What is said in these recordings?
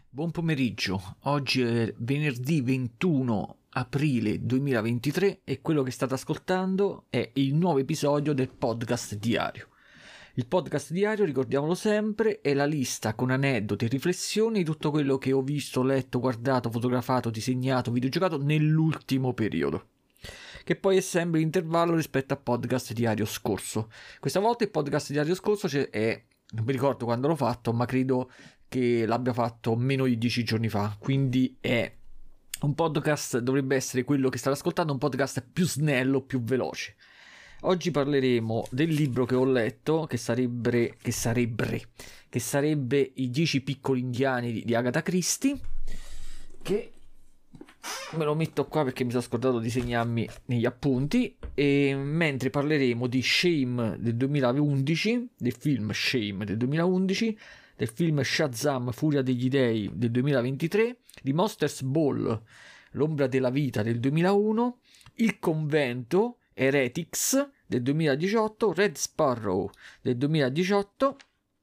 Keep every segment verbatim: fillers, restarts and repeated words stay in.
Buon pomeriggio, oggi è venerdì ventuno aprile duemilaventitré e quello che state ascoltando è il nuovo episodio del podcast diario. Il podcast diario, ricordiamolo sempre, è la lista con aneddoti e riflessioni di tutto quello che ho visto, letto, guardato, fotografato, disegnato, videogiocato nell'ultimo periodo, che poi è sempre l'intervallo rispetto al podcast diario scorso. Questa volta il podcast diario scorso è, non mi ricordo quando l'ho fatto, ma credo che l'abbia fatto meno di dieci giorni fa, quindi è un podcast, dovrebbe essere quello che state ascoltando, un podcast più snello, più veloce. Oggi parleremo del libro che ho letto, che sarebbe che sarebbe che sarebbe I dieci piccoli indiani di, di Agatha Christie, che me lo metto qua perché mi sono scordato di segnarmi negli appunti, e mentre parleremo di Shame del duemilaundici, del film Shame del duemilaundici, del film Shazam Furia degli Dei del duemilaventitré, di Monsters Ball L'ombra della vita del duemilauno, Il convento Heretics del duemiladiciotto, Red Sparrow del duemiladiciotto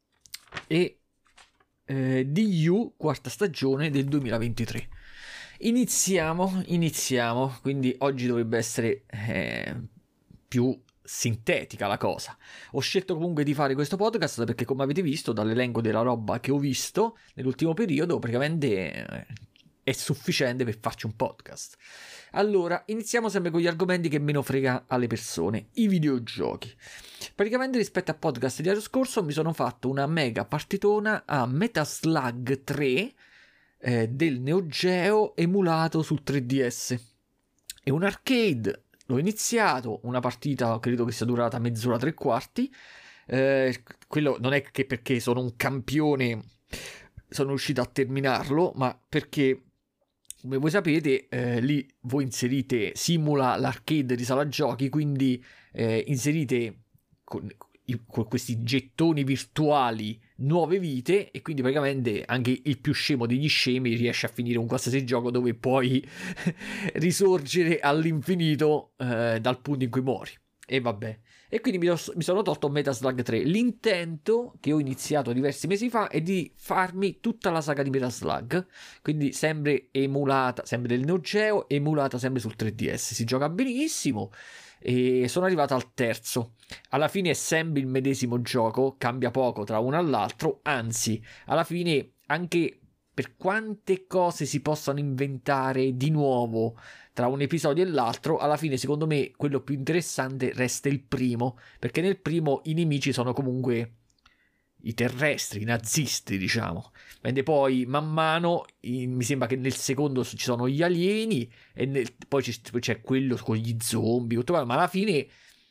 e eh, D U quarta stagione del duemilaventitré. Iniziamo, iniziamo, quindi oggi dovrebbe essere eh, più sintetica la cosa. Ho scelto comunque di fare questo podcast perché, come avete visto dall'elenco della roba che ho visto nell'ultimo periodo, praticamente eh, è sufficiente per farci un podcast. Allora, iniziamo sempre con gli argomenti che meno frega alle persone: i videogiochi. Praticamente rispetto al podcast di anno scorso mi sono fatto una mega partitona a Metal Slug tre eh, del Neo Geo emulato sul tre D S. È un arcade. L'ho iniziato, una partita credo che sia durata mezz'ora, tre quarti. Eh, quello non è che perché sono un campione sono riuscito a terminarlo, ma perché, come voi sapete, eh, lì voi inserite, simula l'arcade di sala giochi, quindi eh, inserite con, con questi gettoni virtuali nuove vite, e quindi praticamente anche il più scemo degli scemi riesce a finire un qualsiasi gioco dove puoi risorgere all'infinito eh, dal punto in cui muori. E vabbè, e quindi mi, ho, mi sono tolto Metal Slug tre. L'intento che ho iniziato diversi mesi fa è di farmi tutta la saga di Metal Slug, quindi sempre emulata, sempre del Neo Geo, emulata sempre sul tre D S. Si gioca benissimo e sono arrivato al terzo. Alla fine è sempre il medesimo gioco, cambia poco tra uno all'altro, anzi alla fine, anche per quante cose si possano inventare di nuovo tra un episodio e l'altro, alla fine secondo me quello più interessante resta il primo, perché nel primo i nemici sono comunque i terrestri, i nazisti, diciamo, mentre poi man mano in, mi sembra che nel secondo ci sono gli alieni e nel, poi c'è quello con gli zombie, tutto, ma alla fine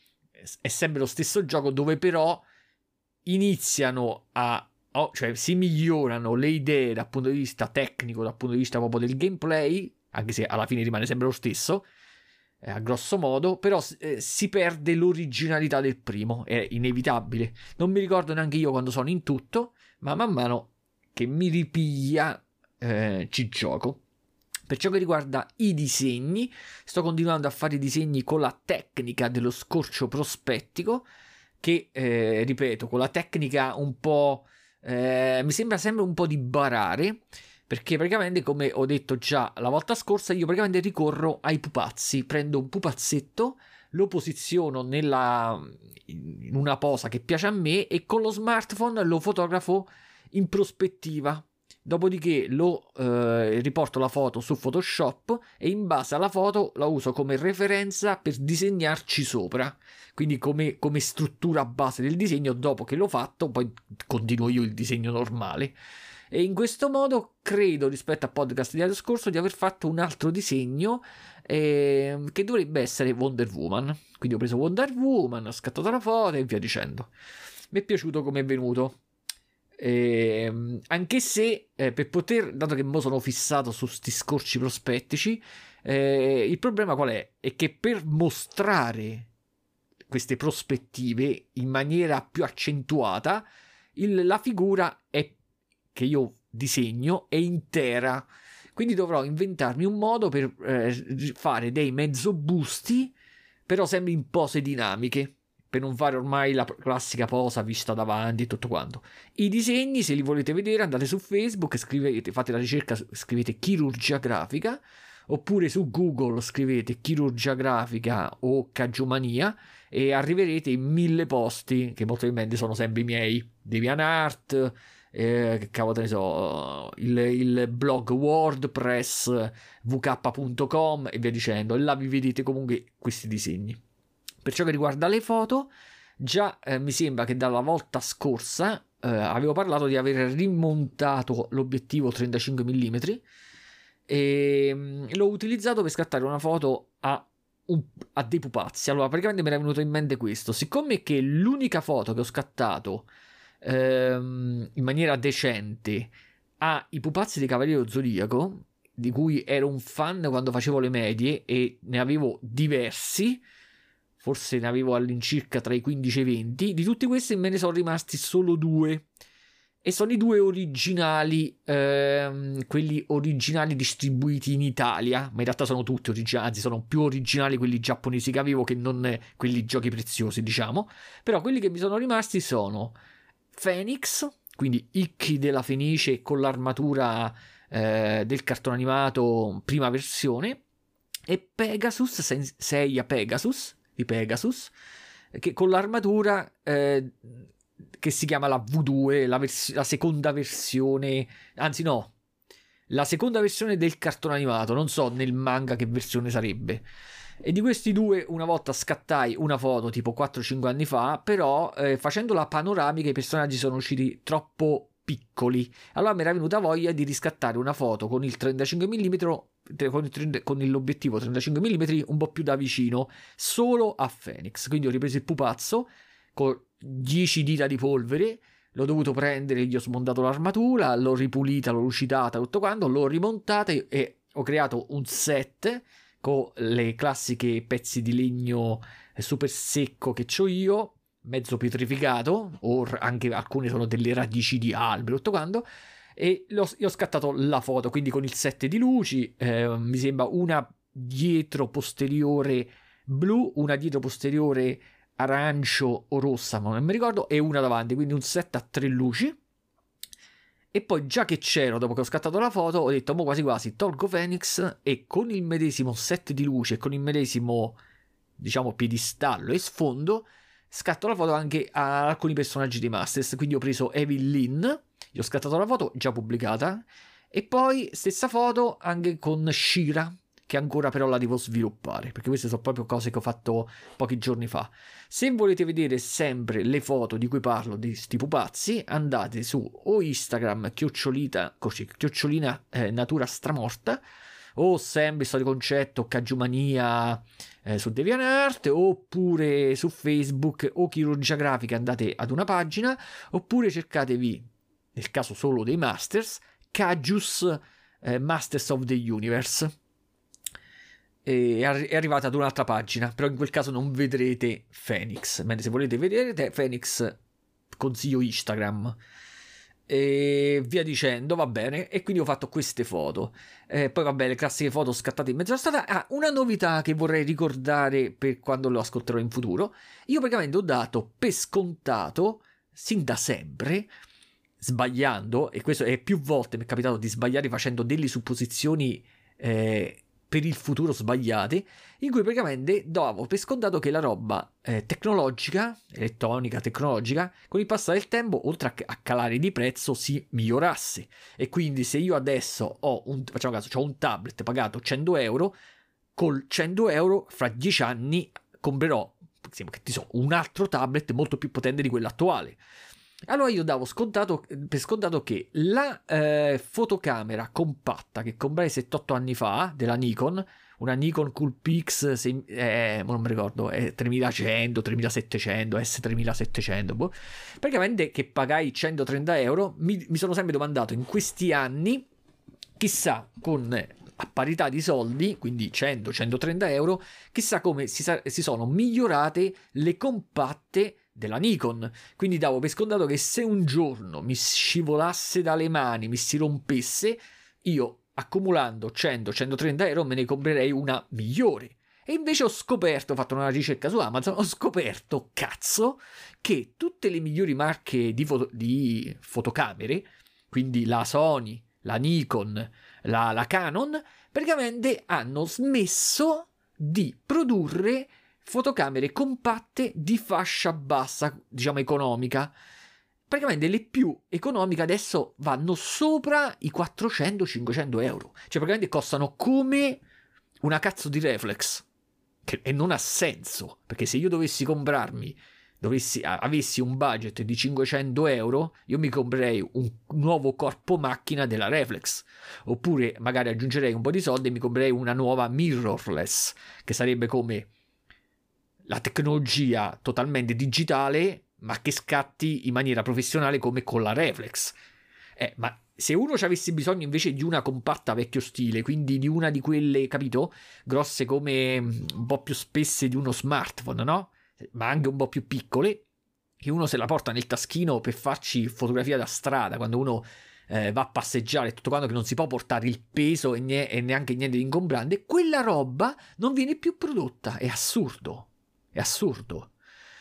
è sempre lo stesso gioco, dove però iniziano a oh, cioè si migliorano le idee dal punto di vista tecnico, dal punto di vista proprio del gameplay, anche se alla fine rimane sempre lo stesso eh, a grosso modo, però eh, si perde l'originalità del primo, è inevitabile. Non mi ricordo neanche io quando sono in tutto, ma man mano che mi ripiglia eh, ci gioco. Per ciò che riguarda i disegni, sto continuando a fare i disegni con la tecnica dello scorcio prospettico, che eh, ripeto, con la tecnica un po' eh, mi sembra sempre un po' di barare, perché praticamente, come ho detto già la volta scorsa, io praticamente ricorro ai pupazzi. Prendo un pupazzetto, lo posiziono nella, in una posa che piace a me e con lo smartphone lo fotografo in prospettiva. Dopodiché lo eh, riporto la foto su Photoshop e in base alla foto la uso come referenza per disegnarci sopra, quindi come, come struttura base del disegno. Dopo che l'ho fatto poi continuo io il disegno normale, e in questo modo credo, rispetto al podcast di l'anno scorso, di aver fatto un altro disegno eh, che dovrebbe essere Wonder Woman. Quindi ho preso Wonder Woman, ho scattato la foto e via dicendo. Mi è piaciuto come è venuto. Eh, anche se eh, per poter, dato che mo sono fissato su sti scorci prospettici, eh, il problema qual è? È che per mostrare queste prospettive in maniera più accentuata, il, la figura è, che io disegno, è intera, quindi dovrò inventarmi un modo per eh, fare dei mezzo busti, però sempre in pose dinamiche, per non fare ormai la classica posa vista davanti e tutto quanto. I disegni, se li volete vedere, andate su Facebook, scrivete, fate la ricerca, scrivete chirurgia grafica, oppure su Google scrivete chirurgia grafica o Caggiumania e arriverete in mille posti che molto probabilmente sono sempre i miei, DeviantArt, eh, che cavolo te ne so, il, il blog WordPress, v k punto com e via dicendo, e là vi vedete comunque questi disegni. Per ciò che riguarda le foto, già eh, mi sembra che dalla volta scorsa eh, avevo parlato di aver rimontato l'obiettivo trentacinque millimetri e mh, l'ho utilizzato per scattare una foto a, un, a dei pupazzi. Allora, praticamente mi era venuto in mente questo. Siccome che l'unica foto che ho scattato ehm, in maniera decente ha i pupazzi di Cavaliere Zodiaco, di cui ero un fan quando facevo le medie e ne avevo diversi, forse ne avevo all'incirca tra i quindici e i venti, di tutti questi me ne sono rimasti solo due, e sono i due originali, ehm, quelli originali distribuiti in Italia, ma in realtà sono tutti originali, anzi sono più originali quelli giapponesi che avevo che non quelli giochi preziosi, diciamo. Però quelli che mi sono rimasti sono Phoenix, quindi Ikki della Fenice con l'armatura eh, del cartone animato prima versione, e Pegasus, Seiya Pegasus di Pegasus, che con l'armatura eh, che si chiama la V due, la, vers- la seconda versione, anzi no, la seconda versione del cartone animato, non so nel manga che versione sarebbe. E di questi due una volta scattai una foto tipo quattro cinque anni fa, però eh, facendo la panoramica i personaggi sono usciti troppo piccoli, allora mi era venuta voglia di riscattare una foto con il trentacinque millimetri, con, il, con l'obiettivo trentacinque millimetri un po' più da vicino, solo a Phoenix. Quindi ho ripreso il pupazzo con dieci dita di polvere, l'ho dovuto prendere, gli ho smontato l'armatura, l'ho ripulita, l'ho lucidata, tutto quanto, l'ho rimontata e ho creato un set con le classiche pezzi di legno super secco che c'ho io, mezzo pietrificato, o anche alcune sono delle radici di albero, tutto quanto, e l'ho, ho scattato la foto, quindi con il set di luci, eh, mi sembra una dietro posteriore blu, una dietro posteriore arancio o rossa, ma non mi ricordo, e una davanti, quindi un set a tre luci. E poi già che c'ero, dopo che ho scattato la foto, ho detto, mo quasi quasi tolgo Phoenix e con il medesimo set di luce, con il medesimo, diciamo, piedistallo e sfondo, scatto la foto anche a alcuni personaggi di Masters. Quindi ho preso Evil Lynn, gli ho scattato la foto già pubblicata, e poi stessa foto anche con Shira, che ancora però la devo sviluppare, perché queste sono proprio cose che ho fatto pochi giorni fa. Se volete vedere sempre le foto di cui parlo di sti pupazzi, andate su o Instagram chiocciolita, così, chiocciolina eh, natura stramorta, o sempre il solito concetto Caggiumania eh, su DeviantArt, oppure su Facebook o chirurgia grafica, andate ad una pagina, oppure cercatevi, nel caso solo dei Masters, Cagius eh, Masters of the Universe, e è arrivata ad un'altra pagina, però in quel caso non vedrete Phoenix, mentre se volete vedere Phoenix consiglio Instagram e via dicendo, va bene. E quindi ho fatto queste foto, eh, poi vabbè, le classiche foto scattate in mezzo alla strada. Ah, una novità che vorrei ricordare per quando lo ascolterò in futuro: io praticamente ho dato per scontato sin da sempre, sbagliando, e questo è più volte mi è capitato di sbagliare facendo delle supposizioni eh, per il futuro sbagliate, in cui praticamente davo per scontato che la roba eh, tecnologica, elettronica, tecnologica, con il passare del tempo, oltre a, a calare di prezzo, si migliorasse. E quindi se io adesso ho un, facciamo caso, ho un tablet pagato cento euro, col cento euro fra dieci anni comprerò, che ti so, un altro tablet molto più potente di quello attuale. Allora io davo scontato, per scontato che la eh, fotocamera compatta che comprai sette otto anni fa della Nikon, una Nikon Coolpix, sei, eh, non mi ricordo, è tremilacento, tremilasettecento, S tremilasettecento, boh, praticamente che pagai centotrenta euro, mi, mi sono sempre domandato in questi anni, chissà con a parità di soldi, quindi cento centotrenta euro, chissà come si, si sono migliorate le compatte della Nikon. Quindi davo per scontato che se un giorno mi scivolasse dalle mani, mi si rompesse, io accumulando cento centotrenta euro me ne comprerei una migliore. E invece ho scoperto, ho fatto una ricerca su Amazon, ho scoperto, cazzo, che tutte le migliori marche di, foto, di fotocamere, quindi la Sony, la Nikon, la, la Canon, praticamente hanno smesso di produrre fotocamere compatte di fascia bassa, diciamo economica. Praticamente le più economiche adesso vanno sopra i quattrocento cinquecento euro. Cioè praticamente costano come una cazzo di reflex. Che, e non ha senso, perché se io dovessi comprarmi, dovessi, avessi un budget di cinquecento euro, io mi comprerei un nuovo corpo macchina della reflex, oppure magari aggiungerei un po' di soldi e mi comprerei una nuova mirrorless, che sarebbe come la tecnologia totalmente digitale, ma che scatti in maniera professionale come con la reflex. Eh, ma se uno ci avesse bisogno invece di una compatta vecchio stile, quindi di una di quelle, capito, grosse come un po' più spesse di uno smartphone, no? Ma anche un po' più piccole, che uno se la porta nel taschino per farci fotografia da strada, quando uno eh, va a passeggiare e tutto quanto, che non si può portare il peso e, ne- e neanche niente di ingombrante, quella roba non viene più prodotta. È assurdo, è assurdo.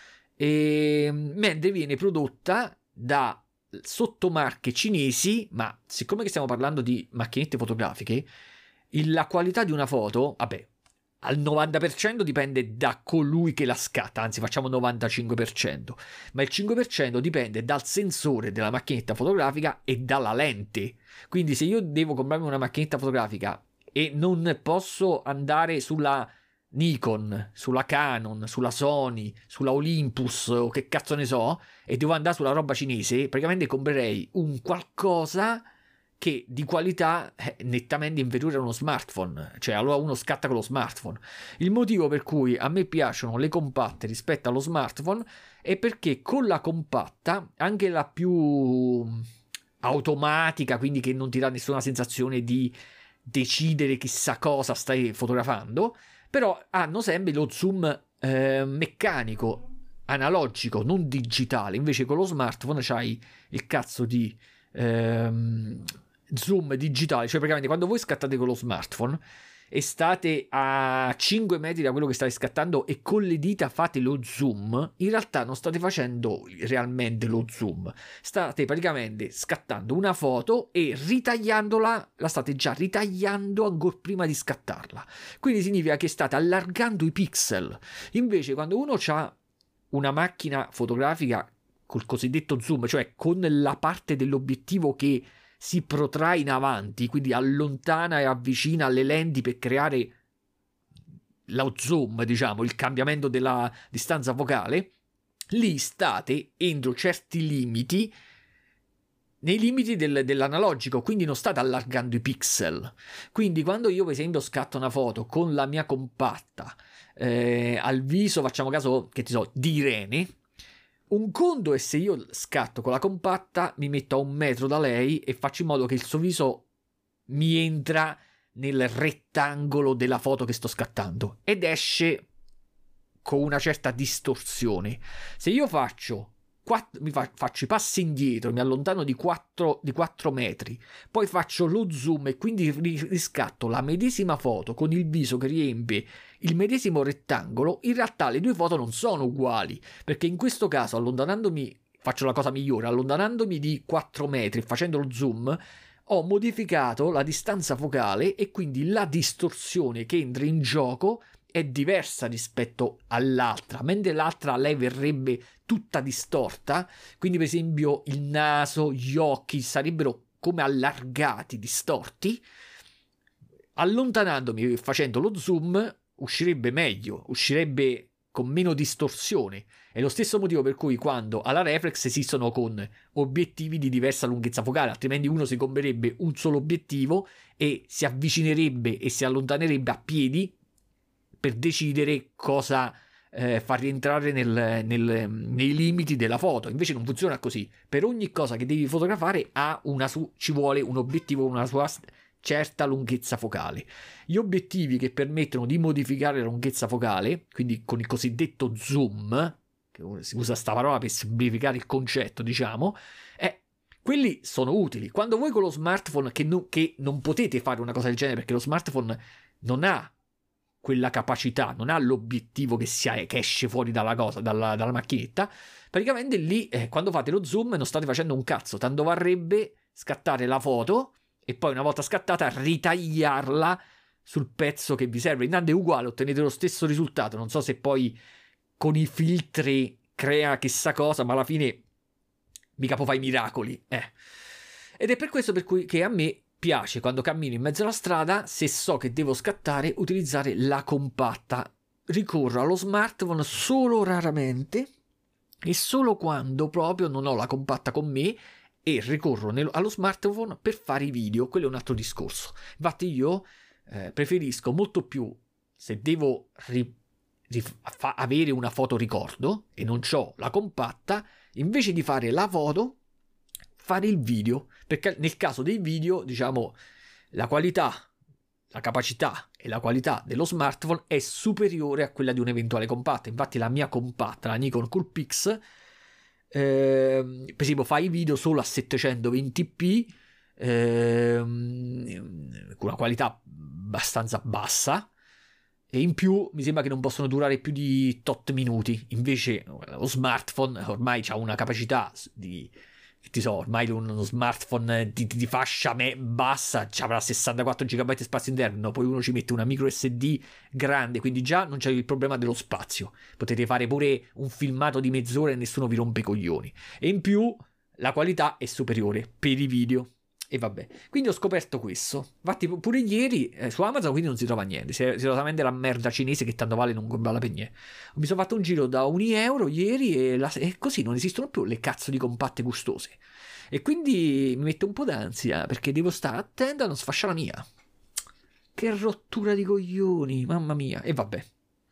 E mentre viene prodotta da sottomarche cinesi, ma siccome che stiamo parlando di macchinette fotografiche, la qualità di una foto, vabbè, al novanta per cento dipende da colui che la scatta, anzi facciamo novantacinque per cento, ma il cinque per cento dipende dal sensore della macchinetta fotografica e dalla lente. Quindi se io devo comprarmi una macchinetta fotografica e non posso andare sulla Nikon, sulla Canon, sulla Sony, sulla Olympus o che cazzo ne so, e devo andare sulla roba cinese, praticamente comprerei un qualcosa che di qualità è nettamente inferiore a uno smartphone, cioè allora uno scatta con lo smartphone. Il motivo per cui a me piacciono le compatte rispetto allo smartphone è perché con la compatta, anche la più automatica, quindi che non ti dà nessuna sensazione di decidere chissà cosa stai fotografando, però hanno sempre lo zoom eh, meccanico, analogico, non digitale. Invece con lo smartphone c'hai il cazzo di ehm, zoom digitale, cioè praticamente quando voi scattate con lo smartphone e state a cinque metri da quello che state scattando e con le dita fate lo zoom, in realtà non state facendo realmente lo zoom, state praticamente scattando una foto e ritagliandola, la state già ritagliando ancora prima di scattarla, quindi significa che state allargando i pixel. Invece quando uno ha una macchina fotografica col cosiddetto zoom, cioè con la parte dell'obiettivo che si protrae in avanti, quindi allontana e avvicina le lenti per creare lo zoom, diciamo, il cambiamento della distanza focale, lì state entro certi limiti, nei limiti del, dell'analogico, quindi non state allargando i pixel. Quindi quando io per esempio scatto una foto con la mia compatta eh, al viso, facciamo caso che ti so, di Irene, un conto è se io scatto con la compatta, mi metto a un metro da lei e faccio in modo che il suo viso mi entra nel rettangolo della foto che sto scattando ed esce con una certa distorsione. Se io faccio quattro, mi fa, faccio i passi indietro, mi allontano di quattro, di quattro metri, poi faccio lo zoom e quindi riscatto la medesima foto con il viso che riempie il medesimo rettangolo, in realtà le due foto non sono uguali, perché in questo caso allontanandomi, faccio la cosa migliore, allontanandomi di quattro metri e facendo lo zoom, ho modificato la distanza focale e quindi la distorsione che entra in gioco è diversa rispetto all'altra, mentre l'altra lei verrebbe tutta distorta, quindi per esempio il naso, gli occhi sarebbero come allargati, distorti. Allontanandomi e facendo lo zoom uscirebbe meglio, uscirebbe con meno distorsione. È lo stesso motivo per cui quando alla reflex esistono con obiettivi di diversa lunghezza focale, altrimenti uno si comprerebbe un solo obiettivo e si avvicinerebbe e si allontanerebbe a piedi per decidere cosa eh, far rientrare nel, nel, nei limiti della foto. Invece non funziona così. Per ogni cosa che devi fotografare ha una su, ci vuole un obiettivo, una sua certa lunghezza focale. Gli obiettivi che permettono di modificare la lunghezza focale, quindi con il cosiddetto zoom, che si usa sta parola per semplificare il concetto, diciamo, eh, quelli sono utili. Quando voi con lo smartphone, che, no, che non potete fare una cosa del genere perché lo smartphone non ha quella capacità, non ha l'obiettivo che, sia, che esce fuori dalla cosa, dalla, dalla macchinetta, praticamente lì eh, quando fate lo zoom non state facendo un cazzo, tanto varrebbe scattare la foto e poi una volta scattata ritagliarla sul pezzo che vi serve. Intanto è uguale, ottenete lo stesso risultato. Non so se poi con i filtri crea chissà cosa, ma alla fine mica può fare i miracoli, eh. Ed è per questo per cui che a me piace, quando cammino in mezzo alla strada, se so che devo scattare, utilizzare la compatta. Ricorro allo smartphone solo raramente e solo quando proprio non ho la compatta con me e ricorro nel, allo smartphone per fare i video. Quello è un altro discorso. Infatti io eh, preferisco molto più, se devo ri, rif, fa, avere una foto ricordo e non c'ho la compatta, invece di fare la foto, fare il video, perché nel caso dei video, diciamo, la qualità, la capacità e la qualità dello smartphone è superiore a quella di un'eventuale compatta. Infatti la mia compatta, la Nikon Coolpix, eh, per esempio fa i video solo a settecentoventi p, eh, con una qualità abbastanza bassa, e in più mi sembra che non possono durare più di tot minuti. Invece lo smartphone ormai ha una capacità di, ti so, ormai uno smartphone di, di fascia me bassa avrà sessantaquattro giga di spazio interno, poi uno ci mette una micro S D grande, quindi già non c'è il problema dello spazio, potete fare pure un filmato di mezz'ora e nessuno vi rompe i coglioni, e in più la qualità è superiore per i video. E vabbè, quindi ho scoperto questo. Infatti pure ieri eh, su Amazon quindi non si trova niente, si, si trova solamente la merda cinese che tanto vale non vale per niente. Mi sono fatto un giro da un euro ieri e, la, e così non esistono più le cazzo di compatte gustose. E quindi mi mette un po' d'ansia perché devo stare attento a non sfasciare la mia. Che rottura di coglioni, mamma mia. E vabbè.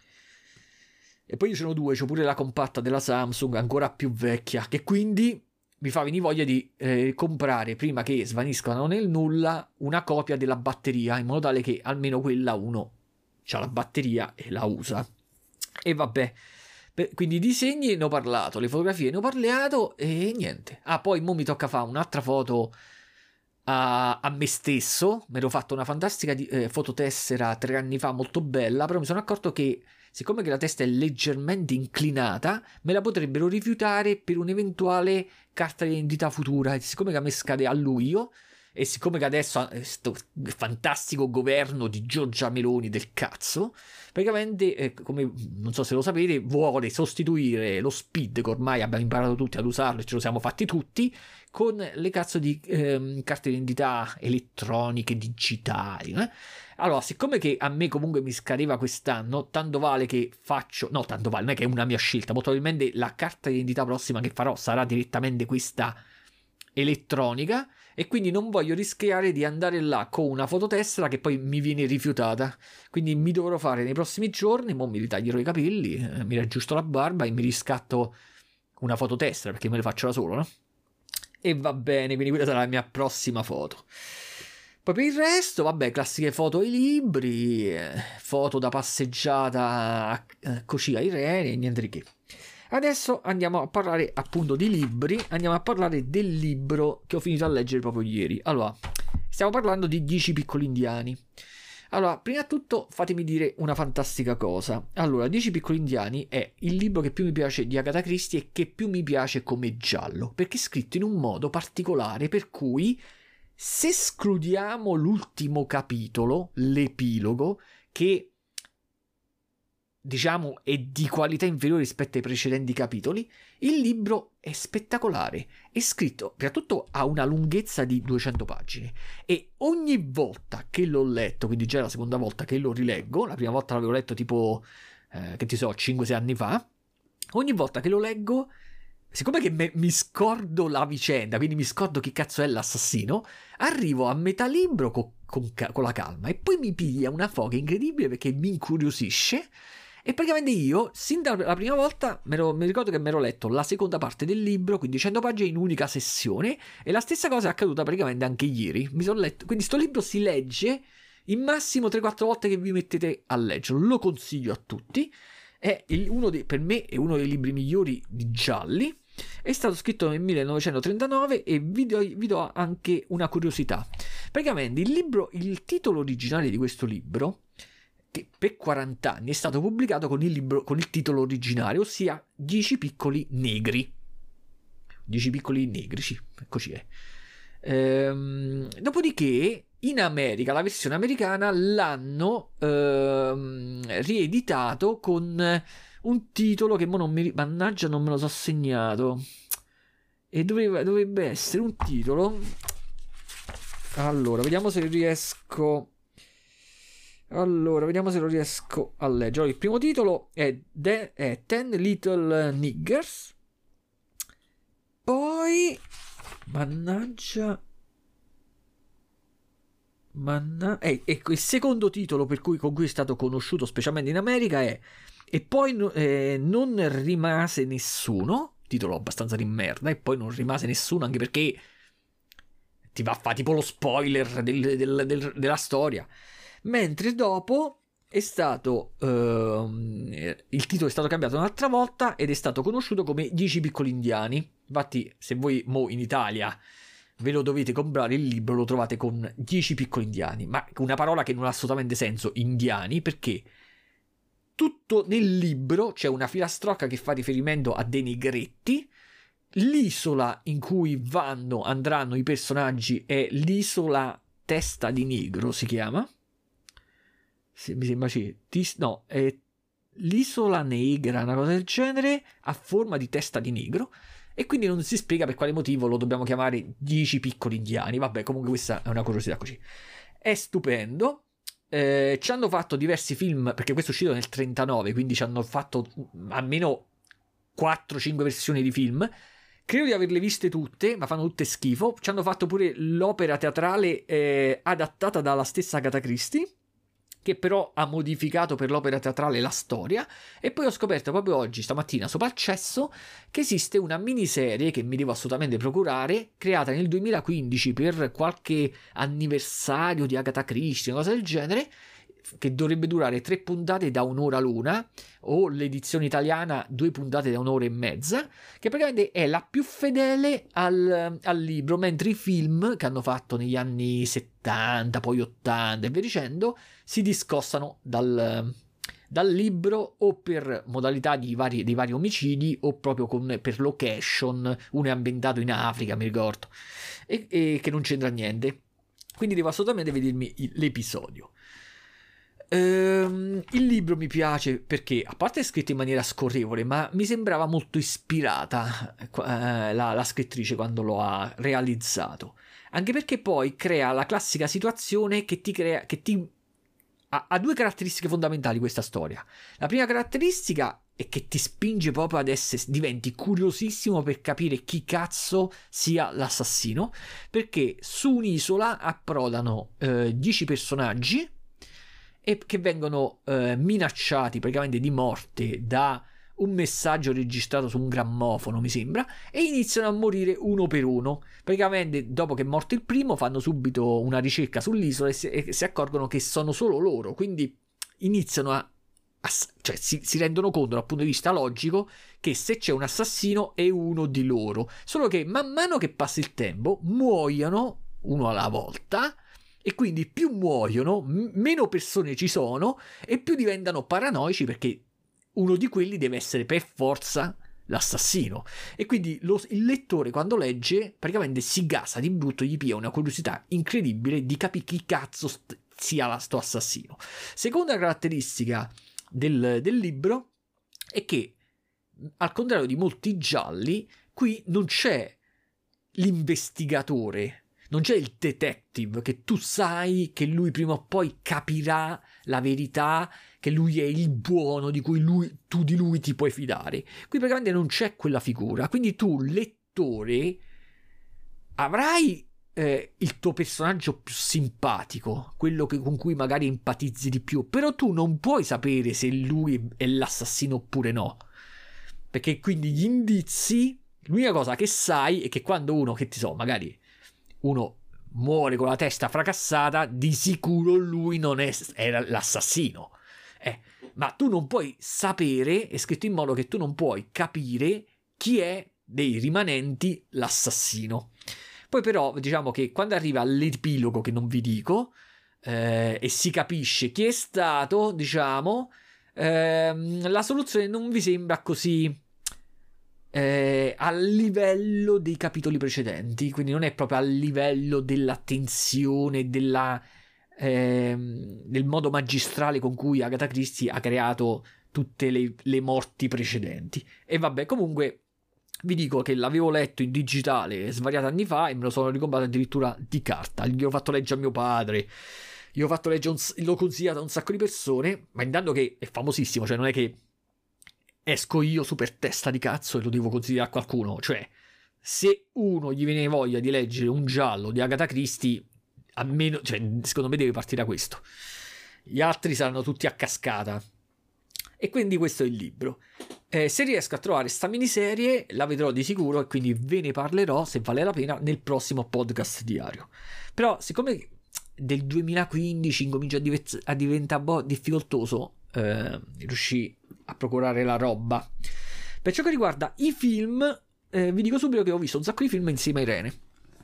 E poi io ce ne ho due, c'ho pure la compatta della Samsung ancora più vecchia, che quindi mi fa venire voglia di eh, comprare, prima che svaniscano nel nulla, una copia della batteria, in modo tale che almeno quella uno c'ha la batteria e la usa. E vabbè, per, quindi i disegni ne ho parlato, le fotografie ne ho parlato e niente. Ah, poi mo mi tocca fare un'altra foto a, a me stesso. Mi ero fatto una fantastica di, eh, fototessera tre anni fa, molto bella, però mi sono accorto che siccome che la testa è leggermente inclinata, me la potrebbero rifiutare per un'eventuale carta di identità futura. E siccome che a me scade a luglio, e siccome che adesso questo fantastico governo di Giorgia Meloni del cazzo, praticamente, eh, come non so se lo sapete, vuole sostituire lo SPID, che ormai abbiamo imparato tutti ad usarlo e ce lo siamo fatti tutti, con le cazzo di ehm, carte di identità elettroniche, digitali. Eh? Allora, siccome che a me comunque mi scadeva quest'anno, tanto vale che faccio... No, tanto vale, non è che è una mia scelta, molto probabilmente la carta di identità prossima che farò sarà direttamente questa elettronica, e quindi non voglio rischiare di andare là con una fototessera che poi mi viene rifiutata. Quindi mi dovrò fare nei prossimi giorni, mo mi ritaglierò i capelli, eh, mi raggiusto la barba e mi riscatto una fototessera, perché me le faccio da solo, no? E va bene, quindi quella sarà la mia prossima foto. Poi per il resto, vabbè, classiche foto ai libri, eh, foto da passeggiata eh, così ai reni, niente di che. Adesso andiamo a parlare appunto di libri, andiamo a parlare del libro che ho finito a leggere proprio ieri. Allora, stiamo parlando di dieci piccoli indiani. Allora, prima di tutto fatemi dire una fantastica cosa. Allora, dieci piccoli indiani è il libro che più mi piace di Agatha Christie e che più mi piace come giallo, perché è scritto in un modo particolare per cui, se escludiamo l'ultimo capitolo, l'epilogo, che diciamo è di qualità inferiore rispetto ai precedenti capitoli, il libro è spettacolare, è scritto, prima di tutto ha una lunghezza di duecento pagine, e ogni volta che l'ho letto, quindi già è la seconda volta che lo rileggo, la prima volta l'avevo letto tipo eh, che ti so cinque sei anni fa, ogni volta che lo leggo, siccome che me, mi scordo la vicenda, quindi mi scordo chi cazzo è l'assassino, arrivo a metà libro co, con, con la calma, e poi mi piglia una foga incredibile perché mi incuriosisce. E praticamente io, sin dalla prima volta, mi ricordo che mi ero letto la seconda parte del libro, quindi cento pagine in unica sessione, e la stessa cosa è accaduta praticamente anche ieri. Mi sono letto, quindi sto libro si legge in massimo tre quattro volte che vi mettete a leggerlo, lo consiglio a tutti, è il, uno dei, per me è uno dei libri migliori di gialli, è stato scritto nel millenovecentotrentanove e vi do, vi do anche una curiosità. Praticamente il libro, il titolo originale di questo libro che per quaranta anni è stato pubblicato con il libro con il titolo originale, ossia Dieci piccoli negri. Dieci piccoli negri, sì, così è. Ehm, dopodiché in America, la versione americana, l'hanno ehm, rieditato con un titolo che mo non mi... mannaggia, non me lo so segnato. E doveva, dovrebbe essere un titolo... Allora, vediamo se riesco... Allora, vediamo se lo riesco a leggere. Il primo titolo è, The, è Ten Little Niggers. Poi... Mannaggia... Manna... Eh, ecco, il secondo titolo per cui, con cui è stato conosciuto specialmente in America è E poi eh, non rimase nessuno, titolo abbastanza di merda, e poi non rimase nessuno, anche perché ti va a fare tipo lo spoiler del, del, del, della storia. Mentre dopo è stato eh, il titolo è stato cambiato un'altra volta ed è stato conosciuto come Dieci piccoli indiani. Infatti, se voi mo in Italia ve lo dovete comprare il libro, lo trovate con Dieci piccoli indiani, ma una parola che non ha assolutamente senso, indiani, perché tutto nel libro c'è una filastrocca che fa riferimento a dei negretti. L'isola in cui vanno, andranno i personaggi è l'isola Testa di Negro, si chiama. Se, mi sembra sì. Tis, no, è l'isola negra, una cosa del genere, a forma di testa di negro. E quindi non si spiega per quale motivo lo dobbiamo chiamare Dieci piccoli indiani. Vabbè, comunque questa è una curiosità così. È stupendo. Eh, ci hanno fatto diversi film, perché questo è uscito nel trentanove, quindi ci hanno fatto almeno quattro cinque versioni di film. Credo di averle viste tutte, ma fanno tutte schifo. Ci hanno fatto pure l'opera teatrale eh, adattata dalla stessa Agatha Christie, che però ha modificato per l'opera teatrale la storia. E poi ho scoperto proprio oggi, stamattina, sopra il cesso, che esiste una miniserie che mi devo assolutamente procurare, creata nel duemilaquindici per qualche anniversario di Agatha Christie, una cosa del genere, che dovrebbe durare tre puntate da un'ora l'una, o l'edizione italiana due puntate da un'ora e mezza, che praticamente è la più fedele al, al libro, mentre i film che hanno fatto negli anni settanta, poi ottanta e via dicendo, si discostano dal, dal libro, o per modalità di vari, di vari omicidi, o proprio con, per location. Uno è ambientato in Africa, mi ricordo, e, e che non c'entra niente. Quindi devo assolutamente vedermi l'episodio. Ehm, il libro mi piace perché, a parte è scritto in maniera scorrevole, ma mi sembrava molto ispirata eh, la, la scrittrice quando lo ha realizzato. Anche perché poi crea la classica situazione che ti crea, che ti ha, ha due caratteristiche fondamentali questa storia. La prima caratteristica è che ti spinge proprio ad essere, diventi curiosissimo per capire chi cazzo sia l'assassino, perché su un'isola approdano eh, dieci personaggi e che vengono eh, minacciati praticamente di morte da un messaggio registrato su un grammofono, mi sembra, e iniziano a morire uno per uno. Praticamente dopo che è morto il primo fanno subito una ricerca sull'isola e si, e si accorgono che sono solo loro, quindi iniziano a, a cioè si, si rendono conto dal punto di vista logico che se c'è un assassino è uno di loro, solo che man mano che passa il tempo muoiono uno alla volta. E quindi più muoiono, m- meno persone ci sono e più diventano paranoici, perché uno di quelli deve essere per forza l'assassino. E quindi lo, il lettore quando legge praticamente si gasa di brutto, gli pia una curiosità incredibile di capire chi cazzo st- sia sto assassino. Seconda caratteristica del, del libro è che, al contrario di molti gialli, qui non c'è l'investigatore, non c'è il detective, che tu sai che lui prima o poi capirà la verità, che lui è il buono di cui lui, tu di lui ti puoi fidare. Qui praticamente non c'è quella figura, quindi tu, lettore, avrai eh, il tuo personaggio più simpatico, quello che, con cui magari empatizzi di più, però tu non puoi sapere se lui è l'assassino oppure no, perché quindi gli indizi, l'unica cosa che sai è che quando uno, che ti so, magari uno muore con la testa fracassata, di sicuro lui non è, era l'assassino. Eh, ma tu non puoi sapere, è scritto in modo che tu non puoi capire chi è dei rimanenti l'assassino. Poi però diciamo che quando arriva all'epilogo, che non vi dico, eh, e si capisce chi è stato, diciamo, ehm, la soluzione non vi sembra così eh, a livello dei capitoli precedenti, quindi non è proprio a livello della tensione, della, ehm, del modo magistrale con cui Agatha Christie ha creato tutte le, le morti precedenti. E vabbè, comunque vi dico che l'avevo letto in digitale svariati anni fa e me lo sono ricomprato addirittura di carta. Gli ho fatto leggere a mio padre, gli ho fatto leggere, un, l'ho consigliato a un sacco di persone, ma intanto che è famosissimo, cioè non è che esco io super testa di cazzo e lo devo consigliare a qualcuno. Cioè, se uno gli viene voglia di leggere un giallo di Agatha Christie, almeno, cioè, secondo me deve partire da questo. Gli altri saranno tutti a cascata. E quindi questo è il libro. Eh, se riesco a trovare sta miniserie la vedrò di sicuro e quindi ve ne parlerò, se vale la pena, nel prossimo podcast diario. Però siccome del duemilaquindici incomincia a, div- a diventare un po' difficoltoso eh, riuscire a procurare la roba. Per ciò che riguarda i film, eh, vi dico subito che ho visto un sacco di film insieme a Irene.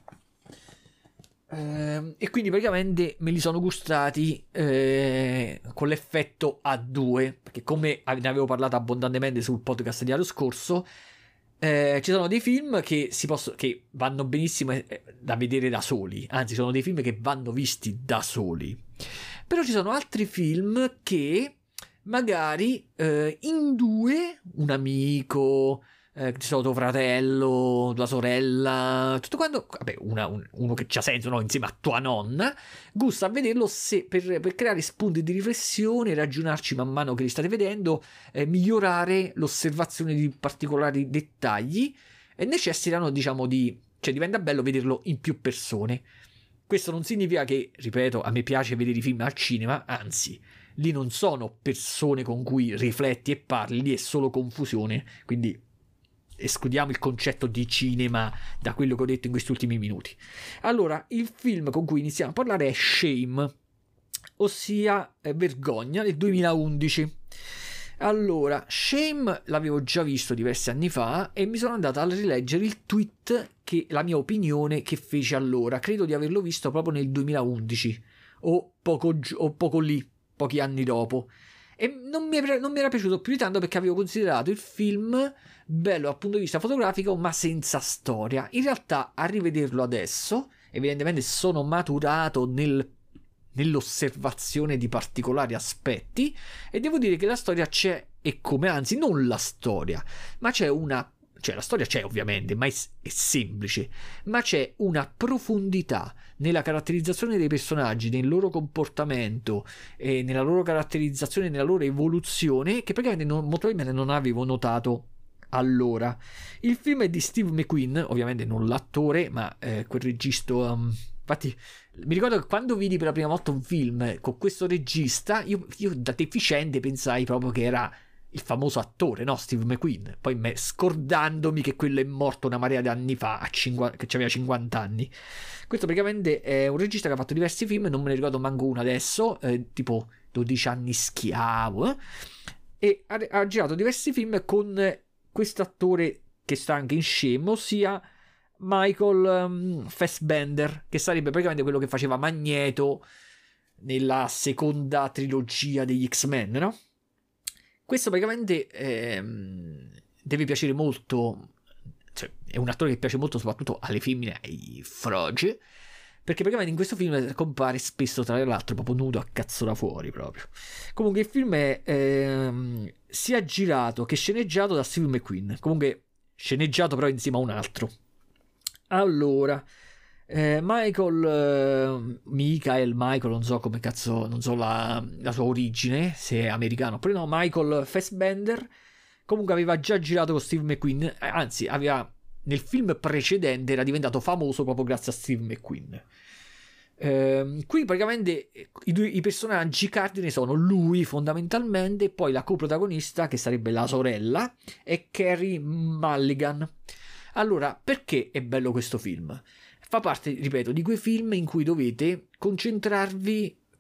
Uh, e quindi praticamente me li sono gustati eh, con l'effetto A due, perché come ne avevo parlato abbondantemente sul podcast diario scorso, eh, ci sono dei film che, si possono, che vanno benissimo eh, da vedere da soli, anzi sono dei film che vanno visti da soli, però ci sono altri film che magari eh, in due, un amico, Eh, tuo fratello, tua sorella, tutto quanto, vabbè, una, un, uno che c'ha senso, no? Insieme a tua nonna, gusta a vederlo se, per, per creare spunti di riflessione, ragionarci man mano che li state vedendo, eh, migliorare l'osservazione di particolari dettagli e necessitano, diciamo, di, cioè diventa bello vederlo in più persone. Questo non significa che, ripeto, a me piace vedere i film al cinema, anzi, lì non sono persone con cui rifletti e parli, lì è solo confusione, quindi escludiamo il concetto di cinema da quello che ho detto in questi ultimi minuti. Allora, il film con cui iniziamo a parlare è Shame, ossia eh, Vergogna, del duemilaundici. Allora, Shame l'avevo già visto diversi anni fa e mi sono andato a rileggere il tweet, che la mia opinione che fece allora. Credo di averlo visto proprio nel duemilaundici o poco, o poco lì, pochi anni dopo. E non mi, era, non mi era piaciuto più di tanto perché avevo considerato il film bello dal punto di vista fotografico ma senza storia. In realtà a rivederlo adesso evidentemente sono maturato nel, nell'osservazione di particolari aspetti e devo dire che la storia c'è, e come, anzi non la storia, ma c'è una, cioè la storia c'è ovviamente, ma è, è semplice, ma c'è una profondità nella caratterizzazione dei personaggi, nel loro comportamento e nella loro caratterizzazione, nella loro evoluzione, che praticamente non, molto probabilmente non avevo notato allora. Il film è di Steve McQueen, ovviamente non l'attore, ma eh, quel regista. Um, infatti, mi ricordo che quando vidi per la prima volta un film con questo regista, io, io da deficiente pensai proprio che era il famoso attore, no? Steve McQueen. Poi me, scordandomi che quello è morto una marea di anni fa, a cinquanta, che aveva cinquanta anni. Questo praticamente è un regista che ha fatto diversi film, non me ne ricordo manco uno adesso, eh, tipo dodici anni schiavo, eh? E ha, ha girato diversi film con questo attore che sta anche in Shame, ossia Michael um, Fassbender, che sarebbe praticamente quello che faceva Magneto nella seconda trilogia degli X-Men, no? Questo praticamente ehm, deve piacere molto, cioè è un attore che piace molto soprattutto alle femmine, ai froge, perché praticamente in questo film compare spesso, tra l'altro proprio nudo a cazzo da fuori proprio. Comunque il film è ehm, sia girato che sceneggiato da Steve McQueen, comunque sceneggiato però insieme a un altro. Allora, eh, Michael eh, Michael Michael non so come cazzo, non so la, la sua origine, se è americano oppure no. Michael Fassbender comunque aveva già girato con Steve McQueen, anzi aveva, nel film precedente era diventato famoso proprio grazie a Steve McQueen. Eh, qui praticamente i, due, i personaggi cardine sono lui fondamentalmente, e poi la coprotagonista che sarebbe la sorella è Carey Mulligan. Allora, perché è bello questo film? Fa parte, ripeto, di quei film in cui dovete concentrarvi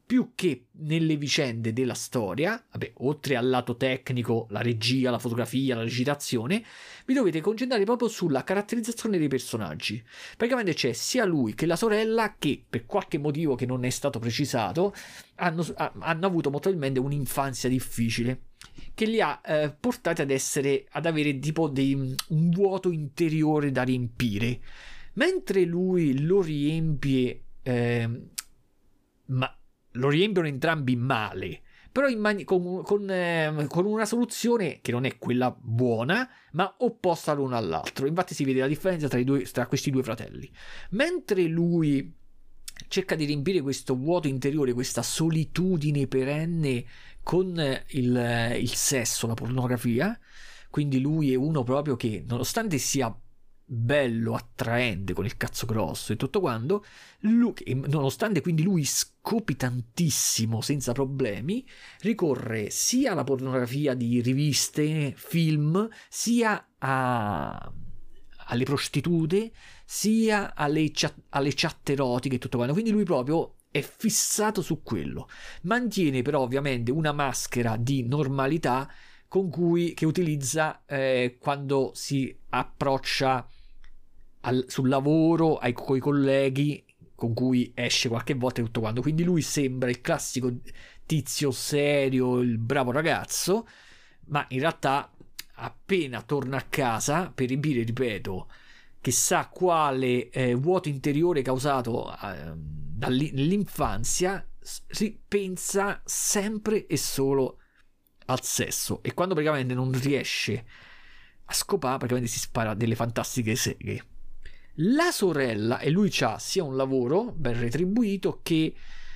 più che nelle vicende della storia, vabbè, oltre al lato tecnico, la regia, la fotografia, la recitazione, vi dovete concentrare proprio sulla caratterizzazione dei personaggi. Praticamente c'è sia lui che la sorella che, per qualche motivo che non è stato precisato, hanno, hanno avuto molto probabilmente un'infanzia difficile, che li ha eh, portati ad essere, ad avere tipo dei, un vuoto interiore da riempire. Mentre lui lo riempie, eh, ma lo riempiono entrambi male, però in mani- con, con, eh, con una soluzione che non è quella buona, ma opposta l'uno all'altro. Infatti si vede la differenza tra, i due, tra questi due fratelli. Mentre lui cerca di riempire questo vuoto interiore, questa solitudine perenne con il, il sesso, la pornografia, quindi lui è uno proprio che, nonostante sia bello, attraente, con il cazzo grosso e tutto quanto, lui, nonostante quindi lui scopi tantissimo senza problemi, ricorre sia alla pornografia di riviste, film, sia a, alle prostitute, sia alle chat, alle chat erotiche e tutto quanto. Quindi lui proprio è fissato su quello. Mantiene però ovviamente una maschera di normalità con cui che utilizza eh, quando si approccia al, sul lavoro, ai coi colleghi con cui esce qualche volta e tutto quanto. Quindi lui sembra il classico tizio serio, il bravo ragazzo, ma in realtà appena torna a casa per riempire, ripeto, chissà quale eh, vuoto interiore causato eh, dall'infanzia, si pensa sempre e solo al sesso, e quando praticamente non riesce a scopare, praticamente si spara delle fantastiche seghe. La sorella, e lui ha sia un lavoro ben retribuito che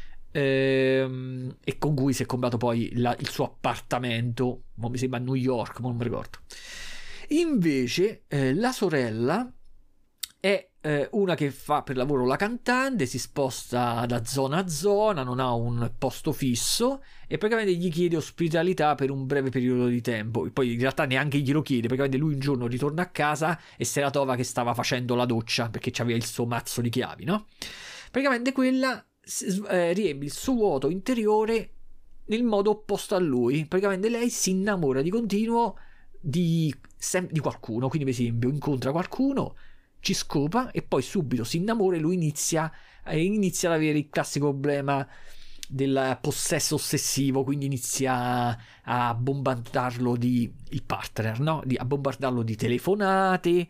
ehm, e con cui si è comprato poi la, il suo appartamento, mi sembra a New York, ma non mi ricordo. Invece eh, la sorella è eh, una che fa per lavoro la cantante, si sposta da zona a zona, non ha un posto fisso e praticamente gli chiede ospitalità per un breve periodo di tempo. Poi in realtà neanche glielo chiede, praticamente lui un giorno ritorna a casa e se la trova che stava facendo la doccia perché aveva il suo mazzo di chiavi, no? Praticamente quella eh, riempie il suo vuoto interiore nel modo opposto a lui. Praticamente lei si innamora di continuo di, di qualcuno, quindi per esempio incontra qualcuno, ci scopa e poi subito si innamora e lui inizia, eh, inizia ad avere il classico problema del possesso ossessivo, quindi inizia a bombardarlo di il partner, no? Di, a bombardarlo di telefonate,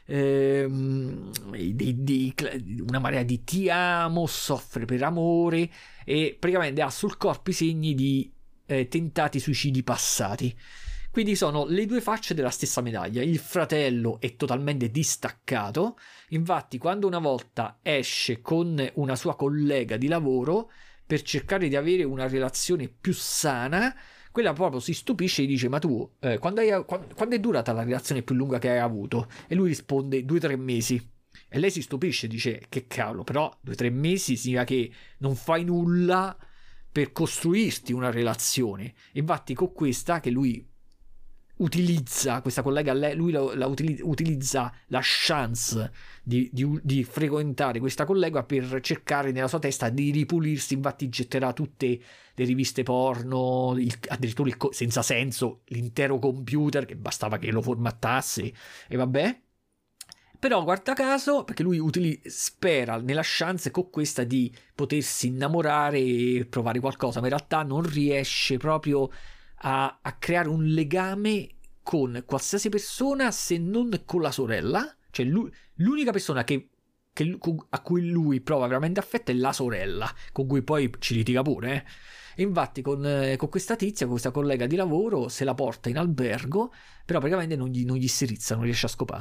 ehm, di, di, una marea di ti amo, soffre per amore e praticamente ha sul corpo i segni di eh, tentati suicidi passati. Quindi sono le due facce della stessa medaglia. Il fratello è totalmente distaccato, infatti quando una volta esce con una sua collega di lavoro per cercare di avere una relazione più sana, quella proprio si stupisce e dice: ma tu, eh, quando, hai, quando, quando è durata la relazione più lunga che hai avuto? E lui risponde: due o tre mesi. E lei si stupisce, dice: che cavolo, però due o tre mesi significa che non fai nulla per costruirti una relazione. Infatti con questa che lui utilizza, questa collega, lui la, la utilizza, utilizza la chance di, di, di frequentare questa collega per cercare nella sua testa di ripulirsi. Infatti getterà tutte le riviste porno, il, addirittura il, senza senso l'intero computer, che bastava che lo formattasse e vabbè. Però guarda caso, perché lui utili- spera nella chance con questa di potersi innamorare e provare qualcosa, ma in realtà non riesce proprio A, a creare un legame con qualsiasi persona se non con la sorella. Cioè lui, l'unica persona che, che, a cui lui prova veramente affetto è la sorella, con cui poi ci litiga pure, eh. E infatti con, eh, con questa tizia, con questa collega di lavoro, se la porta in albergo, però praticamente non gli, non gli si rizza, non riesce a scopare,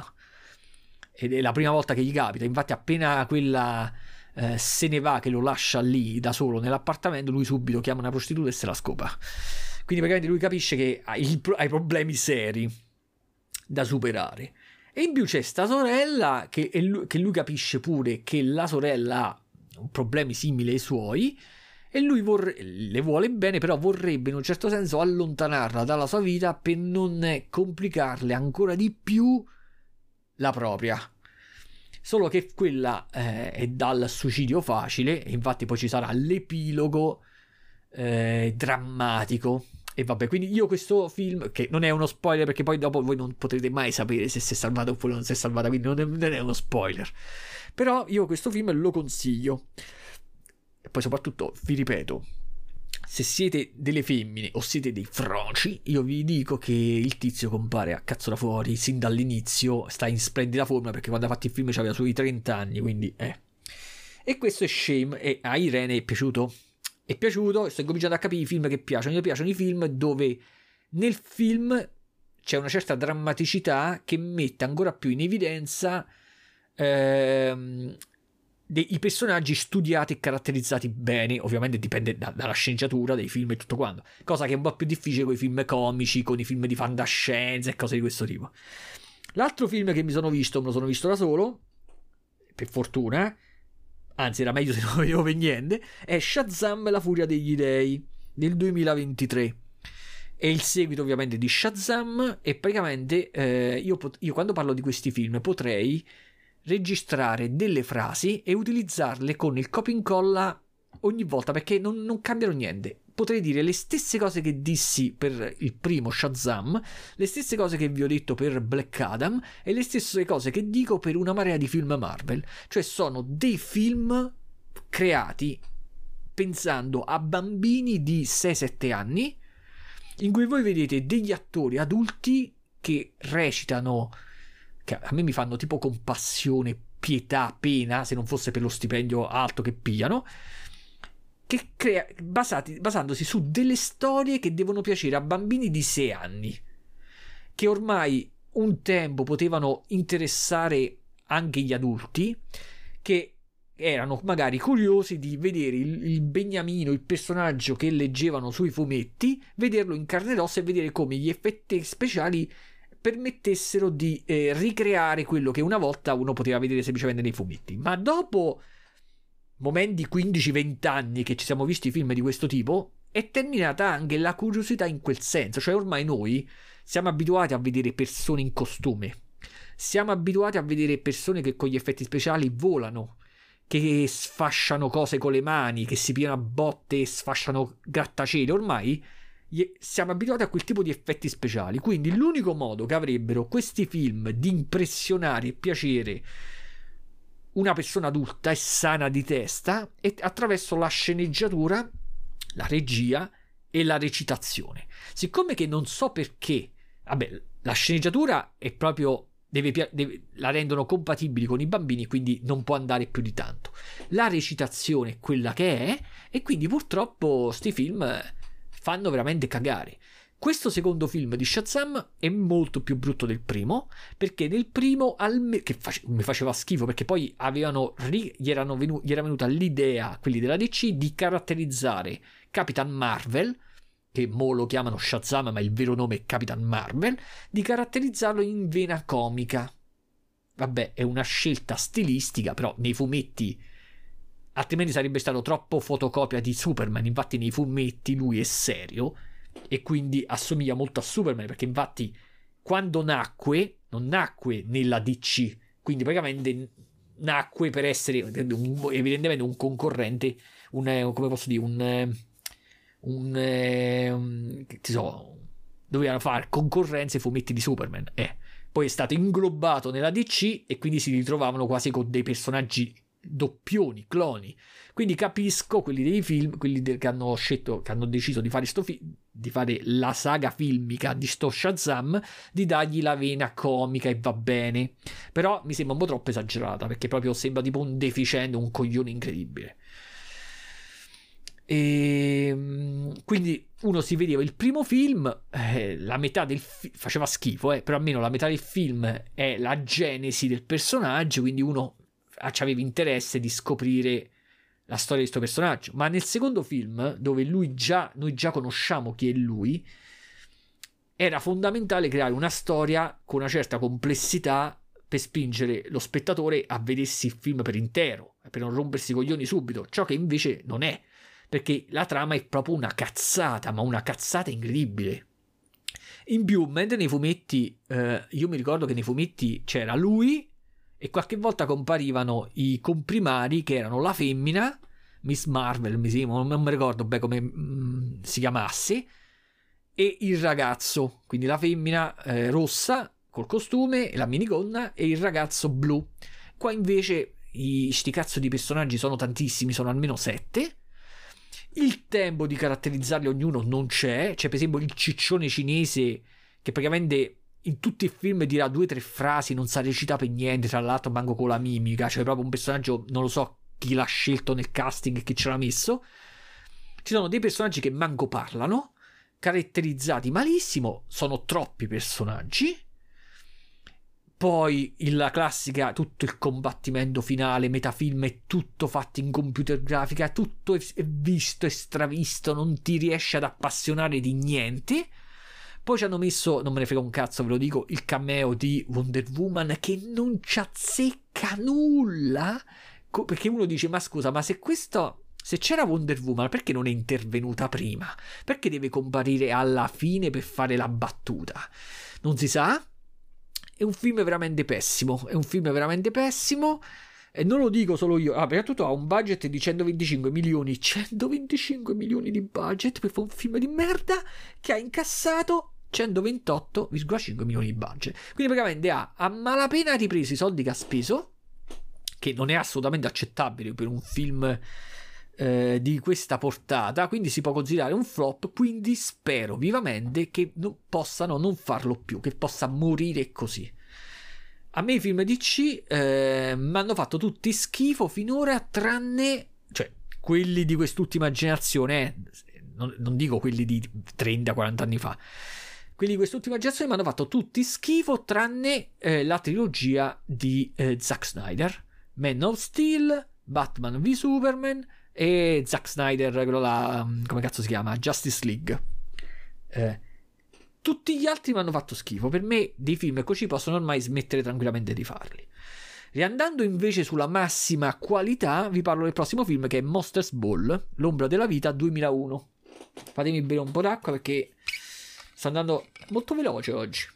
ed è la prima volta che gli capita. Infatti appena quella eh, se ne va, che lo lascia lì da solo nell'appartamento, lui subito chiama una prostituta e se la scopa. Quindi praticamente lui capisce che ha, il, ha i problemi seri da superare. E in più c'è sta sorella che, lui, che lui capisce pure che la sorella ha problemi simili ai suoi e lui vorre, le vuole bene, però vorrebbe in un certo senso allontanarla dalla sua vita per non complicarle ancora di più la propria. Solo che quella eh, è dal suicidio facile, e infatti poi ci sarà l'epilogo eh, drammatico. E vabbè, quindi io questo film, che non è uno spoiler perché poi dopo voi non potrete mai sapere se si è salvata oppure non si è salvata, quindi non è, non è uno spoiler. Però io questo film lo consiglio. E poi soprattutto, vi ripeto, se siete delle femmine o siete dei froci, io vi dico che il tizio compare a cazzo da fuori sin dall'inizio, sta in splendida forma perché quando ha fatto il film aveva sui trenta anni, quindi eh. E questo è Shame, e a Irene è piaciuto? È piaciuto, sto cominciando a capire i film che piacciono. Mi piacciono i film dove nel film c'è una certa drammaticità che mette ancora più in evidenza ehm, dei, i personaggi studiati e caratterizzati bene. Ovviamente dipende da, dalla sceneggiatura dei film e tutto quanto, cosa che è un po' più difficile con i film comici, con i film di fantascienza e cose di questo tipo. L'altro film che mi sono visto, me lo sono visto da solo, per fortuna, anzi era meglio se non lo vedevo per niente, è Shazam la furia degli dei del duemilaventitré. È il seguito ovviamente di Shazam e praticamente eh, io, pot- io quando parlo di questi film potrei registrare delle frasi e utilizzarle con il copia e incolla ogni volta perché non, non cambiano niente. Potrei dire le stesse cose che dissi per il primo Shazam, le stesse cose che vi ho detto per Black Adam e le stesse cose che dico per una marea di film Marvel. Cioè sono dei film creati pensando a bambini di sei sette anni, in cui voi vedete degli attori adulti che recitano, che a me mi fanno tipo compassione, pietà, pena, se non fosse per lo stipendio alto che pigliano, che crea, basati, basandosi su delle storie che devono piacere a bambini di sei anni, che ormai un tempo potevano interessare anche gli adulti, che erano magari curiosi di vedere il, il beniamino, il personaggio che leggevano sui fumetti, vederlo in carne ed ossa e vedere come gli effetti speciali permettessero di eh, ricreare quello che una volta uno poteva vedere semplicemente nei fumetti. Ma dopo momenti quindici venti anni che ci siamo visti film di questo tipo, è terminata anche la curiosità in quel senso. Cioè ormai noi siamo abituati a vedere persone in costume, siamo abituati a vedere persone che con gli effetti speciali volano, che sfasciano cose con le mani, che si piano a botte e sfasciano grattacieli. Ormai siamo abituati a quel tipo di effetti speciali, quindi l'unico modo che avrebbero questi film di impressionare e piacere una persona adulta e sana di testa è attraverso la sceneggiatura, la regia e la recitazione. Siccome che non so perché, vabbè, la sceneggiatura è proprio deve, deve, la rendono compatibili con i bambini, quindi non può andare più di tanto. La recitazione è quella che è e quindi purtroppo sti film fanno veramente cagare. Questo secondo film di Shazam è molto più brutto del primo, perché nel primo alme- che face- mi faceva schifo, perché poi avevano ri- gli, erano venu- gli era venuta l'idea, quelli della D C, di caratterizzare Capitan Marvel, che mo lo chiamano Shazam ma il vero nome è Capitan Marvel, di caratterizzarlo in vena comica. Vabbè, è una scelta stilistica, però nei fumetti altrimenti sarebbe stato troppo fotocopia di Superman. Infatti nei fumetti lui è serio e quindi assomiglia molto a Superman, perché infatti quando nacque non nacque nella D C, quindi praticamente nacque per essere un, evidentemente un concorrente, un, come posso dire, un un, un ti so, dovevano fare concorrenza ai fumetti di Superman, eh. Poi è stato inglobato nella D C e quindi si ritrovavano quasi con dei personaggi doppioni, cloni. Quindi capisco quelli dei film, quelli de- che hanno scelto, che hanno deciso di fare sto fi- di fare la saga filmica di sto Shazam, di dargli la vena comica e va bene. Però mi sembra un po' troppo esagerata, perché proprio sembra tipo un deficiente, un coglione incredibile. E quindi uno si vedeva il primo film, eh, la metà del film faceva schifo, eh, però almeno la metà del film è la genesi del personaggio, quindi uno aveva interesse di scoprire la storia di questo personaggio. Ma nel secondo film, dove lui già noi già conosciamo chi è lui, era fondamentale creare una storia con una certa complessità per spingere lo spettatore a vedersi il film per intero, per non rompersi i coglioni subito, ciò che invece non è, perché la trama è proprio una cazzata, ma una cazzata incredibile. In più, mentre nei fumetti, eh, io mi ricordo che nei fumetti c'era lui e qualche volta comparivano i comprimari che erano la femmina, Miss Marvel, mi sembra, non mi ricordo bene come mh, si chiamasse, e il ragazzo, quindi la femmina eh, rossa col costume e la minigonna e il ragazzo blu. Qua invece i sti cazzo di personaggi sono tantissimi, sono almeno sette. Il tempo di caratterizzarli ognuno non c'è. C'è per esempio il ciccione cinese che praticamente in tutti i film dirà due o tre frasi, non sa recitare per niente, tra l'altro manco con la mimica, cioè proprio un personaggio, non lo so chi l'ha scelto nel casting e chi ce l'ha messo. Ci sono dei personaggi che manco parlano, caratterizzati malissimo, sono troppi personaggi. Poi la classica, tutto il combattimento finale, metafilm è tutto fatto in computer grafica, tutto è visto e stravisto, non ti riesce ad appassionare di niente. Poi ci hanno messo, non me ne frega un cazzo, ve lo dico, il cameo di Wonder Woman che non ci azzecca nulla, perché uno dice, ma scusa, ma se questo, se c'era Wonder Woman, perché non è intervenuta prima? Perché deve comparire alla fine per fare la battuta? Non si sa. È un film veramente pessimo, è un film veramente pessimo, e non lo dico solo io. Ah, prima di tutto ha un budget di centoventicinque milioni, centoventicinque milioni di budget per fare un film di merda che ha incassato centoventotto virgola cinque milioni di budget. Quindi praticamente ha a malapena ripreso i soldi che ha speso, che non è assolutamente accettabile per un film eh, di questa portata, quindi si può considerare un flop. Quindi spero vivamente che non possano non farlo più, che possa morire così. A me i film D C eh, mi hanno fatto tutti schifo finora, tranne, cioè, quelli di quest'ultima generazione, eh, non, non dico quelli di trenta quaranta anni fa, quelli di quest'ultima generazione mi hanno fatto tutti schifo, tranne eh, la trilogia di eh, Zack Snyder, Man of Steel, Batman v Superman e Zack Snyder, quello là, come cazzo si chiama? Justice League. Eh, tutti gli altri mi hanno fatto schifo. Per me dei film così possono ormai smettere tranquillamente di farli. Riandando invece sulla massima qualità, vi parlo del prossimo film, che è Monsters Ball, l'ombra della vita duemilauno. Fatemi bere un po' d'acqua perché sto andando molto veloce oggi.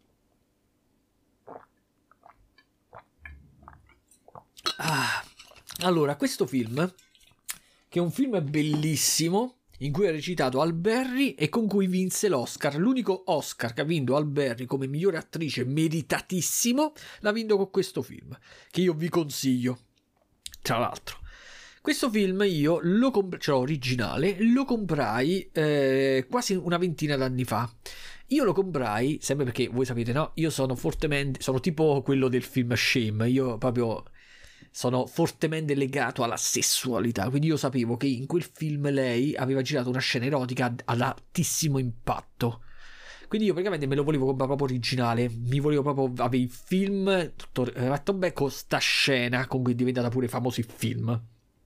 Ah, allora, questo film, che è un film bellissimo, in cui ha recitato Halle Berry e con cui vinse l'Oscar. L'unico Oscar che ha vinto Halle Berry come migliore attrice, meritatissimo, l'ha vinto con questo film, che io vi consiglio. Tra l'altro, questo film io lo comprai, cioè originale, lo comprai eh, quasi una ventina d'anni fa. Io lo comprai, sempre perché voi sapete, no? Io sono fortemente, sono tipo quello del film Shame, io proprio sono fortemente legato alla sessualità, quindi io sapevo che in quel film lei aveva girato una scena erotica ad altissimo impatto, quindi io praticamente me lo volevo comprare proprio originale, mi volevo proprio avere il film tutto fatto bene con sta scena con cui è diventata pure famoso il film.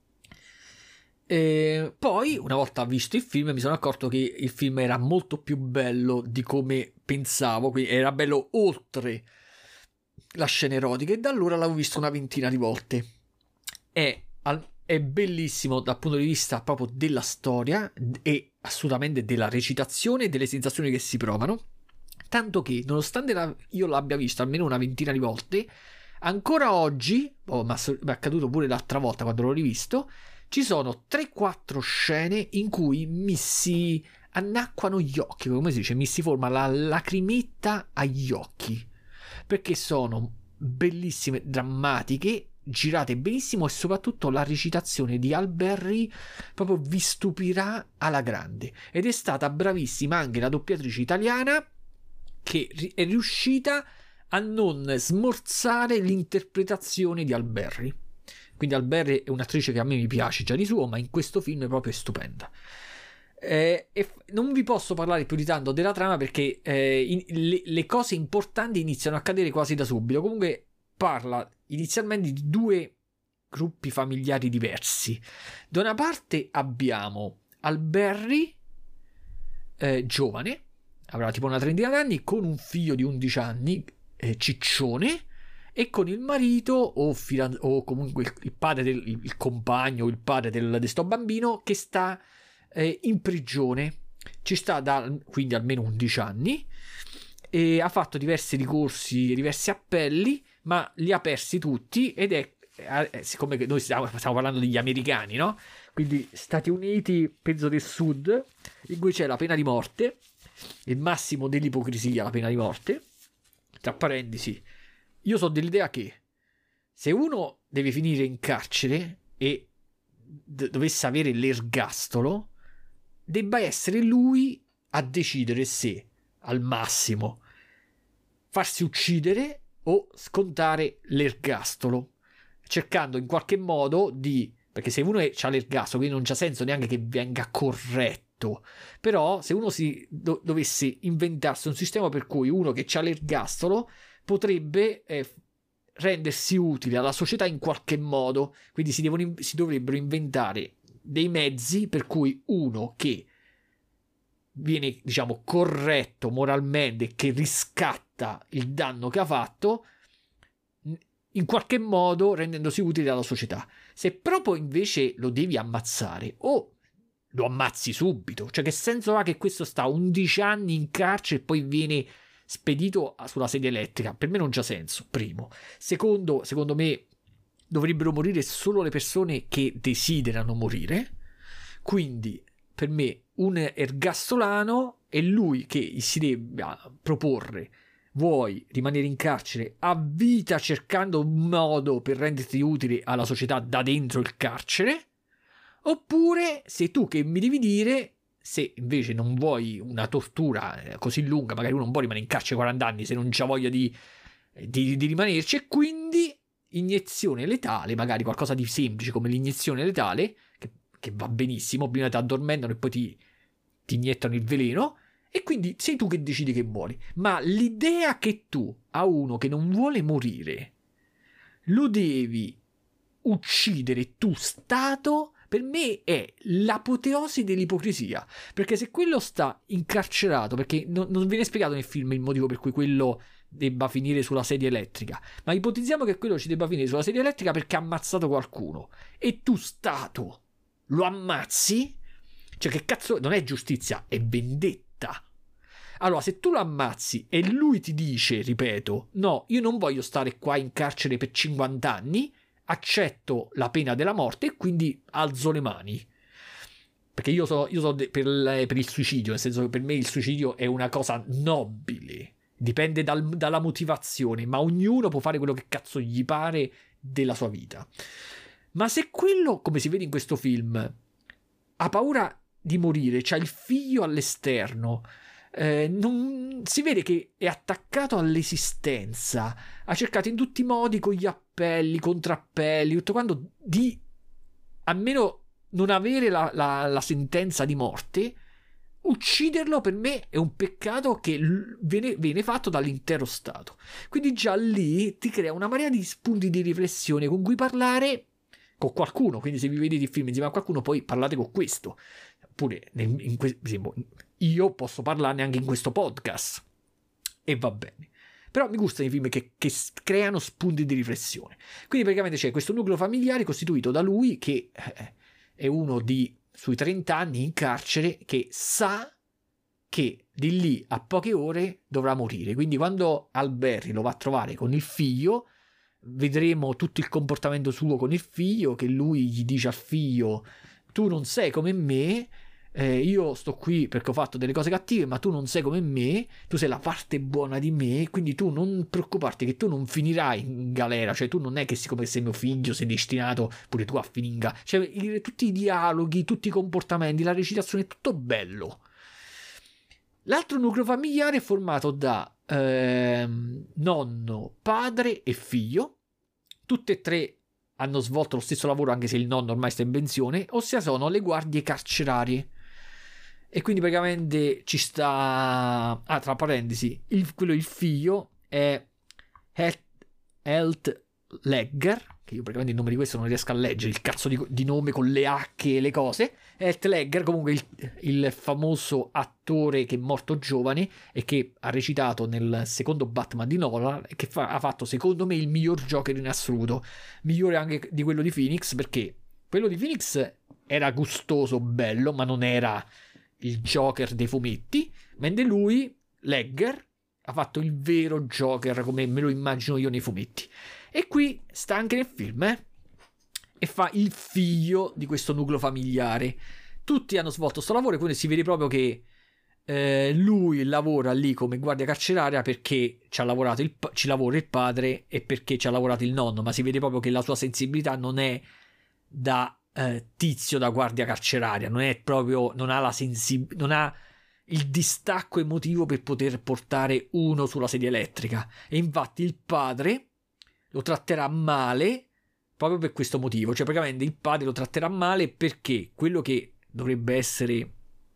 E poi una volta visto il film mi sono accorto che il film era molto più bello di come pensavo, quindi era bello oltre la scena erotica, e da allora l'avevo visto una ventina di volte. È, è bellissimo dal punto di vista proprio della storia e assolutamente della recitazione e delle sensazioni che si provano, tanto che nonostante la, io l'abbia visto almeno una ventina di volte, ancora oggi, oh, ma è accaduto pure l'altra volta quando l'ho rivisto, ci sono tre quattro scene in cui mi si annacquano gli occhi, come si dice, mi si forma la lacrimetta agli occhi, perché sono bellissime, drammatiche, girate benissimo, e soprattutto la recitazione di Halle Berry proprio vi stupirà alla grande, ed è stata bravissima anche la doppiatrice italiana, che è riuscita a non smorzare l'interpretazione di Halle Berry. Quindi Halle Berry è un'attrice che a me mi piace già di suo, ma in questo film è proprio stupenda. Eh, e non vi posso parlare più di tanto della trama perché eh, in, le, le cose importanti iniziano a accadere quasi da subito. Comunque parla inizialmente di due gruppi familiari diversi. Da una parte abbiamo Halle Berry, eh, giovane, avrà tipo una trentina d'anni, con un figlio di undici anni, eh, ciccione, e con il marito o, filan- o comunque il, il padre del il, il compagno, il padre del, di sto bambino, che sta eh, in prigione. Ci sta da quindi almeno undici anni, e ha fatto diversi ricorsi, diversi appelli, ma li ha persi tutti, ed è eh, siccome noi stiamo, stiamo parlando degli americani, no? Quindi Stati Uniti, penso del Sud, in cui c'è la pena di morte, il massimo dell'ipocrisia, la pena di morte. Tra parentesi, io sono dell'idea che se uno deve finire in carcere e d- dovesse avere l'ergastolo, debba essere lui a decidere se al massimo farsi uccidere o scontare l'ergastolo, cercando in qualche modo di, perché se uno ha l'ergastolo, quindi non c'ha senso neanche che venga corretto, però se uno si do- dovesse inventarsi un sistema per cui uno che ha l'ergastolo potrebbe eh, rendersi utile alla società in qualche modo, quindi si, devono, si dovrebbero inventare dei mezzi per cui uno che viene, diciamo, corretto moralmente, che riscatta il danno che ha fatto, in qualche modo rendendosi utile alla società. Se proprio invece lo devi ammazzare, o lo ammazzi subito, cioè che senso ha che questo sta undici anni in carcere e poi viene spedito sulla sedia elettrica? Per me non c'ha senso, primo. Secondo, secondo me dovrebbero morire solo le persone che desiderano morire, quindi per me un ergastolano è lui che si deve proporre: vuoi rimanere in carcere a vita cercando un modo per renderti utile alla società da dentro il carcere, oppure sei tu che mi devi dire se invece non vuoi una tortura così lunga, magari uno non può rimanere in carcere quaranta anni se non c'ha voglia di, di, di rimanerci, e quindi iniezione letale, magari qualcosa di semplice come l'iniezione letale, che, che va benissimo, prima ti addormentano e poi ti, ti iniettano il veleno, e quindi sei tu che decidi che muori. Ma l'idea che tu a uno che non vuole morire lo devi uccidere tu Stato, per me è l'apoteosi dell'ipocrisia, perché se quello sta incarcerato, perché non, non viene spiegato nel film il motivo per cui quello debba finire sulla sedia elettrica, ma ipotizziamo che quello ci debba finire sulla sedia elettrica perché ha ammazzato qualcuno, e tu Stato lo ammazzi, cioè che cazzo, non è giustizia, è vendetta. Allora, se tu lo ammazzi e lui ti dice, ripeto, no, io non voglio stare qua in carcere per cinquanta anni, accetto la pena della morte e quindi alzo le mani, perché io so, io so de- per, per il suicidio, nel senso che per me il suicidio è una cosa nobile, dipende dal, dalla motivazione, ma ognuno può fare quello che cazzo gli pare della sua vita. Ma se quello, come si vede in questo film, ha paura di morire, c'ha il figlio all'esterno, Eh, non si vede che è attaccato all'esistenza, ha cercato in tutti i modi, con gli appelli, contrappelli, tutto quanto, di almeno non avere la, la, la sentenza di morte. Ucciderlo per me è un peccato che viene, viene fatto dall'intero Stato, quindi già lì ti crea una marea di spunti di riflessione con cui parlare con qualcuno. Quindi se vi vedete il film insieme a qualcuno, poi parlate con questo, oppure in, in, in, io posso parlarne anche in questo podcast e va bene. Però mi gustano i film che, che creano spunti di riflessione. Quindi praticamente c'è questo nucleo familiare costituito da lui, che eh, è uno di sui trenta anni in carcere, che sa che di lì a poche ore dovrà morire. Quindi quando Alberti lo va a trovare con il figlio, vedremo tutto il comportamento suo con il figlio, che lui gli dice al figlio: tu non sei come me, eh, io sto qui perché ho fatto delle cose cattive, ma tu non sei come me, tu sei la parte buona di me, quindi tu non preoccuparti che tu non finirai in galera, cioè tu non è che siccome sei mio figlio sei destinato pure tu a finire, cioè i, tutti i dialoghi, tutti i comportamenti, la recitazione è tutto bello. L'altro nucleo familiare è formato da ehm, nonno, padre e figlio. Tutte e tre hanno svolto lo stesso lavoro, anche se il nonno ormai sta in pensione, ossia sono le guardie carcerarie. E quindi praticamente ci sta... Ah, tra parentesi, il, quello il figlio è Heath Ledger, che io praticamente il nome di questo non riesco a leggere, il cazzo di, di nome con le H e le cose. Heath Ledger, comunque il, il famoso attore che è morto giovane e che ha recitato nel secondo Batman di Nolan, e che fa, ha fatto secondo me il miglior Joker in assoluto, migliore anche di quello di Phoenix, perché quello di Phoenix era gustoso, bello, ma non era il Joker dei fumetti, mentre lui, Ledger, ha fatto il vero Joker come me lo immagino io nei fumetti. E qui sta anche nel film, eh? E fa il figlio di questo nucleo familiare. Tutti hanno svolto questo lavoro e quindi si vede proprio che eh, lui lavora lì come guardia carceraria perché ci ha lavorato il, ci lavora il padre e perché ci ha lavorato il nonno, ma si vede proprio che la sua sensibilità non è da eh, tizio da guardia carceraria, non è proprio, non ha la sensibilità, non ha il distacco emotivo per poter portare uno sulla sedia elettrica, e infatti il padre lo tratterà male proprio per questo motivo, cioè praticamente il padre lo tratterà male perché quello che dovrebbe essere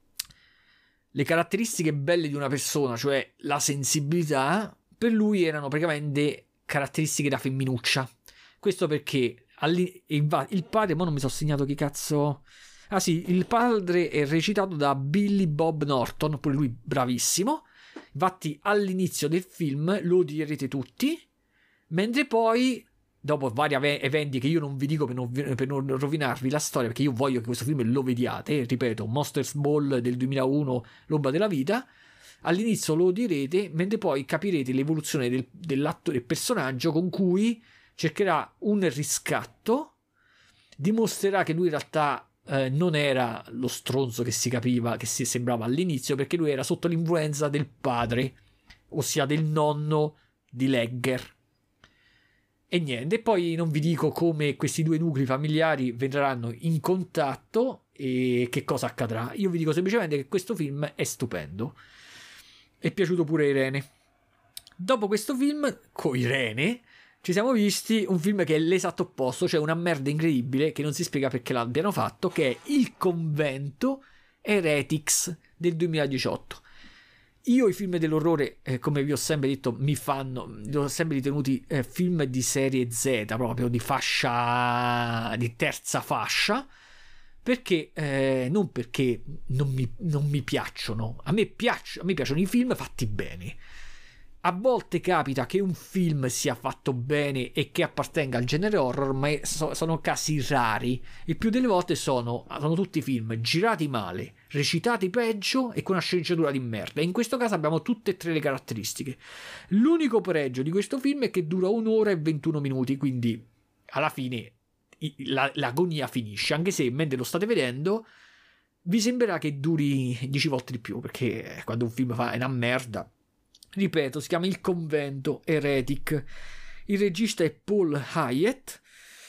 le caratteristiche belle di una persona, cioè la sensibilità, per lui erano praticamente caratteristiche da femminuccia. Questo perché il padre, ma non mi sono segnato chi cazzo... Ah sì, il padre è recitato da Billy Bob Norton, pure lui bravissimo. Infatti all'inizio del film lo direte tutti, mentre poi dopo vari eventi che io non vi dico per non, per non rovinarvi la storia, perché io voglio che questo film lo vediate, ripeto, Monsters Ball del duemilauno, l'Ombra della vita, all'inizio lo direte, mentre poi capirete l'evoluzione del, dell'attore, del personaggio, con cui cercherà un riscatto, dimostrerà che lui in realtà eh, non era lo stronzo che si capiva, che si sembrava all'inizio, perché lui era sotto l'influenza del padre, ossia del nonno di Ledger. E niente, poi non vi dico come questi due nuclei familiari verranno in contatto e che cosa accadrà. Io vi dico semplicemente che questo film è stupendo. È piaciuto pure a Irene. Dopo questo film, con Irene, ci siamo visti un film che è l'esatto opposto, cioè una merda incredibile che non si spiega perché l'abbiano fatto, che è Il Convento Heretics del duemiladiciotto. Io i film dell'orrore, eh, come vi ho sempre detto, mi fanno, li ho sempre ritenuti eh, film di serie Z, proprio di fascia, di terza fascia, perché, eh, non perché non mi, non mi piacciono, a me, piac- a me piacciono i film fatti bene. A volte capita che un film sia fatto bene e che appartenga al genere horror, ma so- sono casi rari. Il più delle volte sono, sono tutti film girati male, recitati peggio e con una sceneggiatura di merda. E in questo caso abbiamo tutte e tre le caratteristiche. L'unico pregio di questo film è che dura un'ora e ventuno minuti, quindi alla fine la- l'agonia finisce, anche se mentre lo state vedendo vi sembrerà che duri dieci volte di più, perché quando un film fa è una merda. Ripeto, si chiama Il Convento Heretic. Il regista è Paul Hyatt,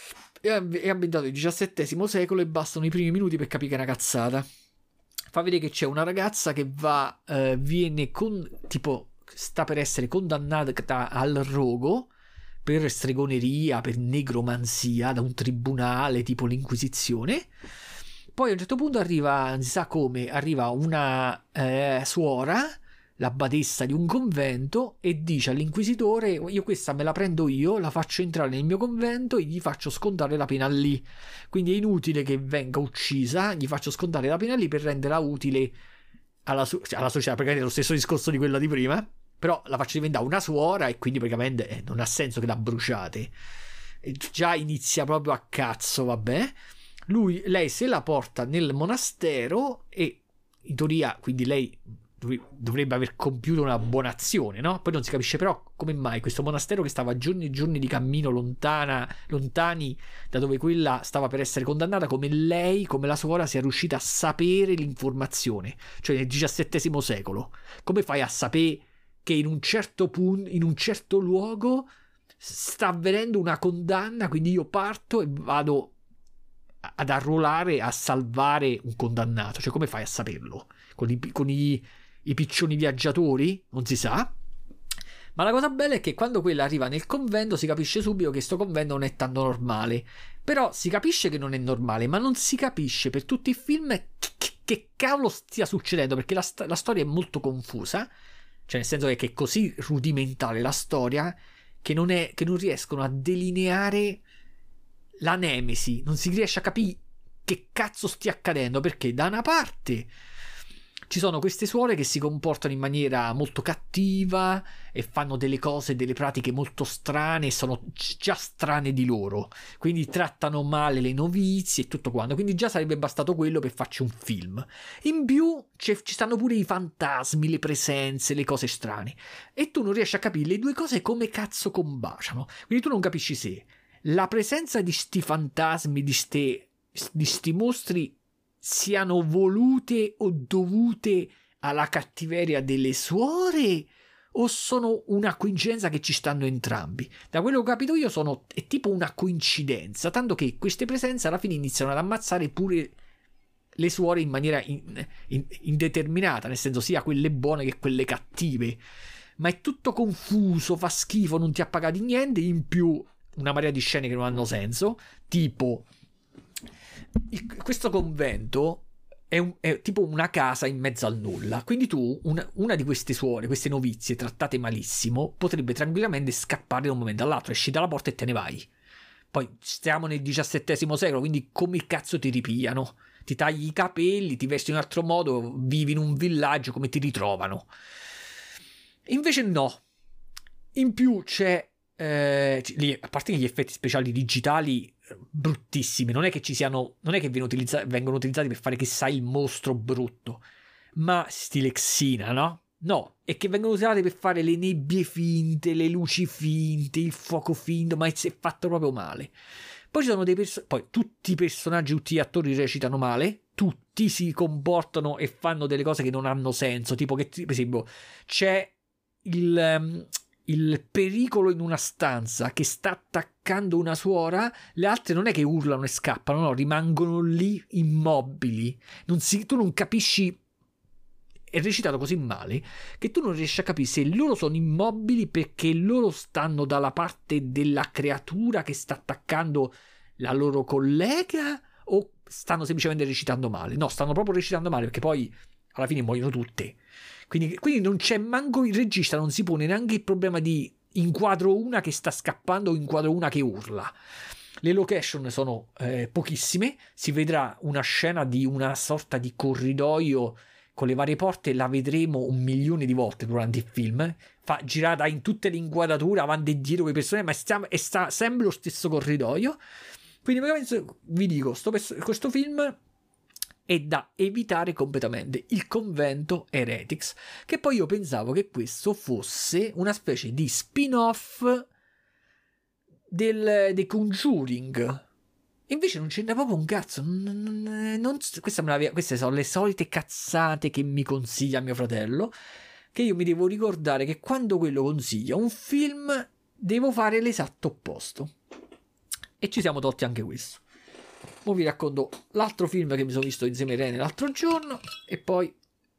è ambientato nel diciassettesimo secolo e bastano i primi minuti per capire che è una cazzata. Fa vedere che c'è una ragazza che va eh, viene con tipo sta per essere condannata al rogo per stregoneria, per negromanzia da un tribunale tipo l'Inquisizione. Poi a un certo punto arriva, non si sa come, arriva una eh, suora, la badessa di un convento, e dice all'inquisitore: io questa me la prendo io, la faccio entrare nel mio convento e gli faccio scontare la pena lì, quindi è inutile che venga uccisa, gli faccio scontare la pena lì per renderla utile alla, so- alla società, perché è lo stesso discorso di quella di prima, però la faccio diventare una suora e quindi praticamente eh, non ha senso che la bruciate. E già inizia proprio a cazzo, vabbè. Lui, lei se la porta nel monastero e in teoria quindi lei dovrebbe aver compiuto una buona azione, no? Poi non si capisce però come mai questo monastero, che stava giorni e giorni di cammino lontana, lontani da dove quella stava per essere condannata, come lei, come la suora, sia riuscita a sapere l'informazione, cioè nel diciassettesimo secolo. Come fai a sapere che in un certo punto, in un certo luogo sta avvenendo una condanna, quindi io parto e vado ad arruolare, a salvare un condannato? Cioè come fai a saperlo? Con i, con i i piccioni viaggiatori? Non si sa. Ma la cosa bella è che quando quella arriva nel convento si capisce subito che sto convento non è tanto normale. Però si capisce che non è normale, ma non si capisce per tutti i film che, che, che cavolo stia succedendo, perché la, la storia è molto confusa, cioè nel senso che è così rudimentale la storia che non, è, che non riescono a delineare la nemesi, non si riesce a capire che cazzo stia accadendo, perché da una parte Ci sono queste suore che si comportano in maniera molto cattiva e fanno delle cose, delle pratiche molto strane e sono già strane di loro, quindi trattano male le novizie e tutto quanto, quindi già sarebbe bastato quello per farci un film. In più ci stanno pure i fantasmi, le presenze, le cose strane, e tu non riesci a capire le due cose come cazzo combaciano, quindi tu non capisci se la presenza di sti fantasmi, di ste, di sti mostri siano volute o dovute alla cattiveria delle suore o sono una coincidenza che ci stanno entrambi. Da quello che ho capito io sono è tipo una coincidenza, tanto che queste presenze alla fine iniziano ad ammazzare pure le suore in maniera in, in, indeterminata, nel senso sia quelle buone che quelle cattive, ma è tutto confuso, fa schifo, non ti ha pagati niente, in più una marea di scene che non hanno senso, tipo il, questo convento è, un, è tipo una casa in mezzo al nulla, quindi tu una, una di queste suore, queste novizie trattate malissimo, potrebbe tranquillamente scappare da un momento all'altro, esci dalla porta e te ne vai. Poi stiamo nel diciassettesimo secolo, quindi come cazzo ti ripigliano? Ti tagli i capelli, ti vesti in un altro modo, vivi in un villaggio, come ti ritrovano? Invece no. In più c'è Eh, a parte gli effetti speciali digitali bruttissimi, non è che ci siano, non è che vengono utilizzati, vengono utilizzati per fare chissà il mostro brutto, ma stile Xena, no? No, è che vengono usati per fare le nebbie finte, le luci finte, il fuoco finto, ma è fatto proprio male. Poi ci sono dei person- poi tutti i personaggi, tutti gli attori recitano male, tutti si comportano e fanno delle cose che non hanno senso, tipo che per esempio c'è il um, il pericolo in una stanza che sta attaccando una suora, le altre non è che urlano e scappano, no, rimangono lì immobili. Non si, tu non capisci, è recitato così male che tu non riesci a capire se loro sono immobili perché loro stanno dalla parte della creatura che sta attaccando la loro collega o stanno semplicemente recitando male. No, stanno proprio recitando male perché poi alla fine muoiono tutte. Quindi, quindi non c'è manco il regista, non si pone neanche il problema di inquadro una che sta scappando o inquadro una che urla. Le location sono eh, pochissime, si vedrà una scena di una sorta di corridoio con le varie porte, la vedremo un milione di volte durante il film, fa girata in tutte le inquadrature avanti e dietro le persone, ma stiamo, è sta sempre lo stesso corridoio. Quindi vi dico, sto, questo film è da evitare completamente, Il Convento Heretics, che poi io pensavo che questo fosse una specie di spin-off del The Conjuring, invece non c'entra proprio un cazzo. Non, non, non, questa me la, queste sono le solite cazzate che mi consiglia mio fratello, che io mi devo ricordare che quando quello consiglia un film devo fare l'esatto opposto, e ci siamo tolti anche questo. Ora vi racconto l'altro film che mi sono visto insieme a Irene l'altro giorno e poi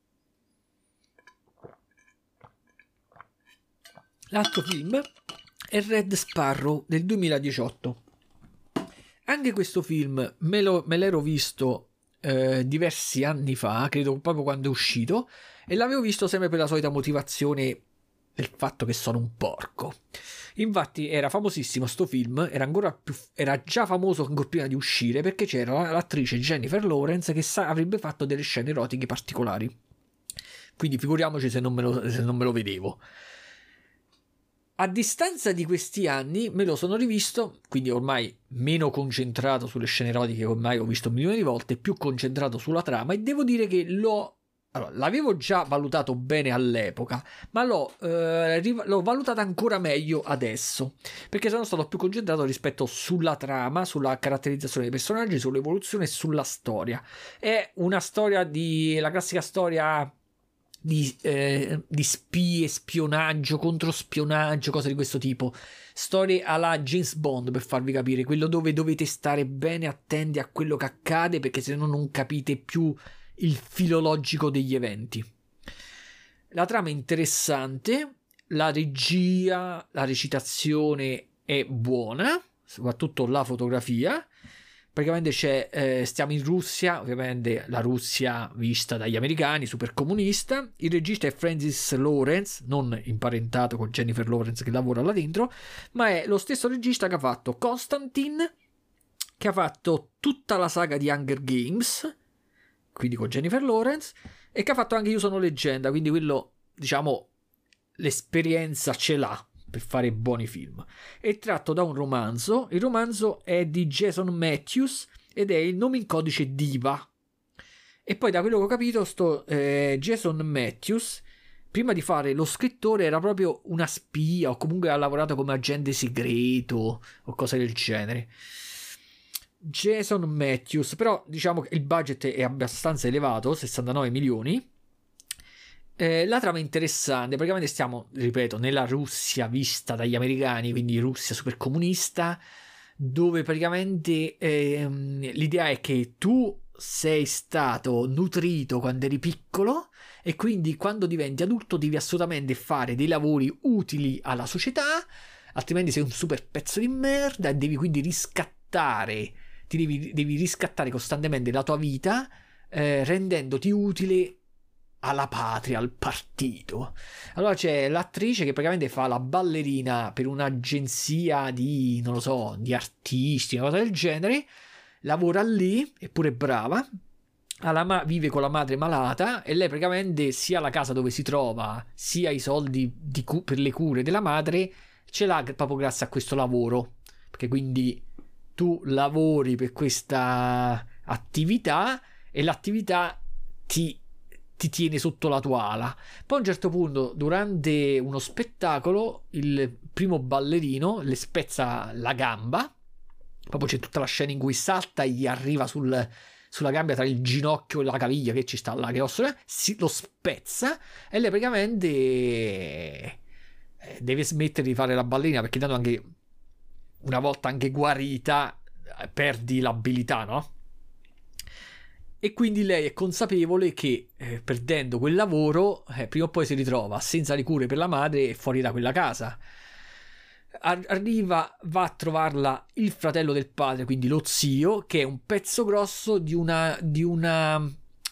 l'altro film è Red Sparrow del duemiladiciotto. Anche questo film me, lo, me l'ero visto eh, diversi anni fa, credo proprio quando è uscito, e l'avevo visto sempre per la solita motivazione del fatto che sono un porco. Infatti era famosissimo sto film, era ancora più, era già famoso ancora prima di uscire, perché c'era l'attrice Jennifer Lawrence che sa, avrebbe fatto delle scene erotiche particolari, quindi figuriamoci se non me lo, se non me lo vedevo. A distanza di questi anni me lo sono rivisto, quindi ormai meno concentrato sulle scene erotiche che ormai ho visto milioni di volte, più concentrato sulla trama, e devo dire che l'ho Allora, l'avevo già valutato bene all'epoca, ma l'ho, eh, riv- l'ho valutata ancora meglio adesso, perché sono stato più concentrato rispetto sulla trama, sulla caratterizzazione dei personaggi, sull'evoluzione e sulla storia. È una storia di... la classica storia di, eh, di spie, spionaggio, controspionaggio, cose di questo tipo. Storie alla James Bond, per farvi capire, quello dove dovete stare bene attenti a quello che accade, perché se no non capite più il filologico degli eventi. La trama è interessante, la regia, la recitazione è buona, soprattutto la fotografia. Praticamente c'è, eh, stiamo in Russia, ovviamente la Russia vista dagli americani, super comunista. Il regista è Francis Lawrence, non imparentato con Jennifer Lawrence che lavora là dentro, ma è lo stesso regista che ha fatto Constantine, che ha fatto tutta la saga di Hunger Games, quindi con Jennifer Lawrence, e che ha fatto anche Io sono leggenda, quindi quello, diciamo, l'esperienza ce l'ha per fare buoni film. È tratto da un romanzo, il romanzo è di Jason Matthews ed è Il nome in codice Diva. E poi da quello che ho capito sto eh, Jason Matthews, prima di fare lo scrittore, era proprio una spia o comunque ha lavorato come agente segreto o cose del genere. Jason Matthews, però diciamo che il budget è abbastanza elevato, sessantanove milioni. Eh, la trama è interessante, praticamente stiamo, ripeto, nella Russia vista dagli americani, quindi Russia super comunista, dove praticamente ehm, l'idea è che tu sei stato nutrito quando eri piccolo e quindi quando diventi adulto devi assolutamente fare dei lavori utili alla società, altrimenti sei un super pezzo di merda e devi quindi riscattare, ti devi, devi riscattare costantemente la tua vita eh, rendendoti utile alla patria, al partito. Allora c'è l'attrice che praticamente fa la ballerina per un'agenzia di, non lo so, di artisti, una cosa del genere, lavora lì, è pure brava, ma- vive con la madre malata e lei praticamente sia la casa dove si trova, sia i soldi di cu- per le cure della madre, ce l'ha proprio grazie a questo lavoro, perché quindi tu lavori per questa attività e l'attività ti ti tiene sotto la tua ala. Poi a un certo punto, durante uno spettacolo, il primo ballerino le spezza la gamba, proprio c'è tutta la scena in cui salta e gli arriva sul, sulla gamba tra il ginocchio e la caviglia che ci sta là, che osso, si, lo spezza e lei praticamente deve smettere di fare la ballerina, perché tanto anche una volta anche guarita perdi l'abilità, no? E quindi lei è consapevole che eh, perdendo quel lavoro eh, prima o poi si ritrova senza le cure per la madre e fuori da quella casa. Ar- arriva, va a trovarla il fratello del padre, quindi lo zio, che è un pezzo grosso di una, di una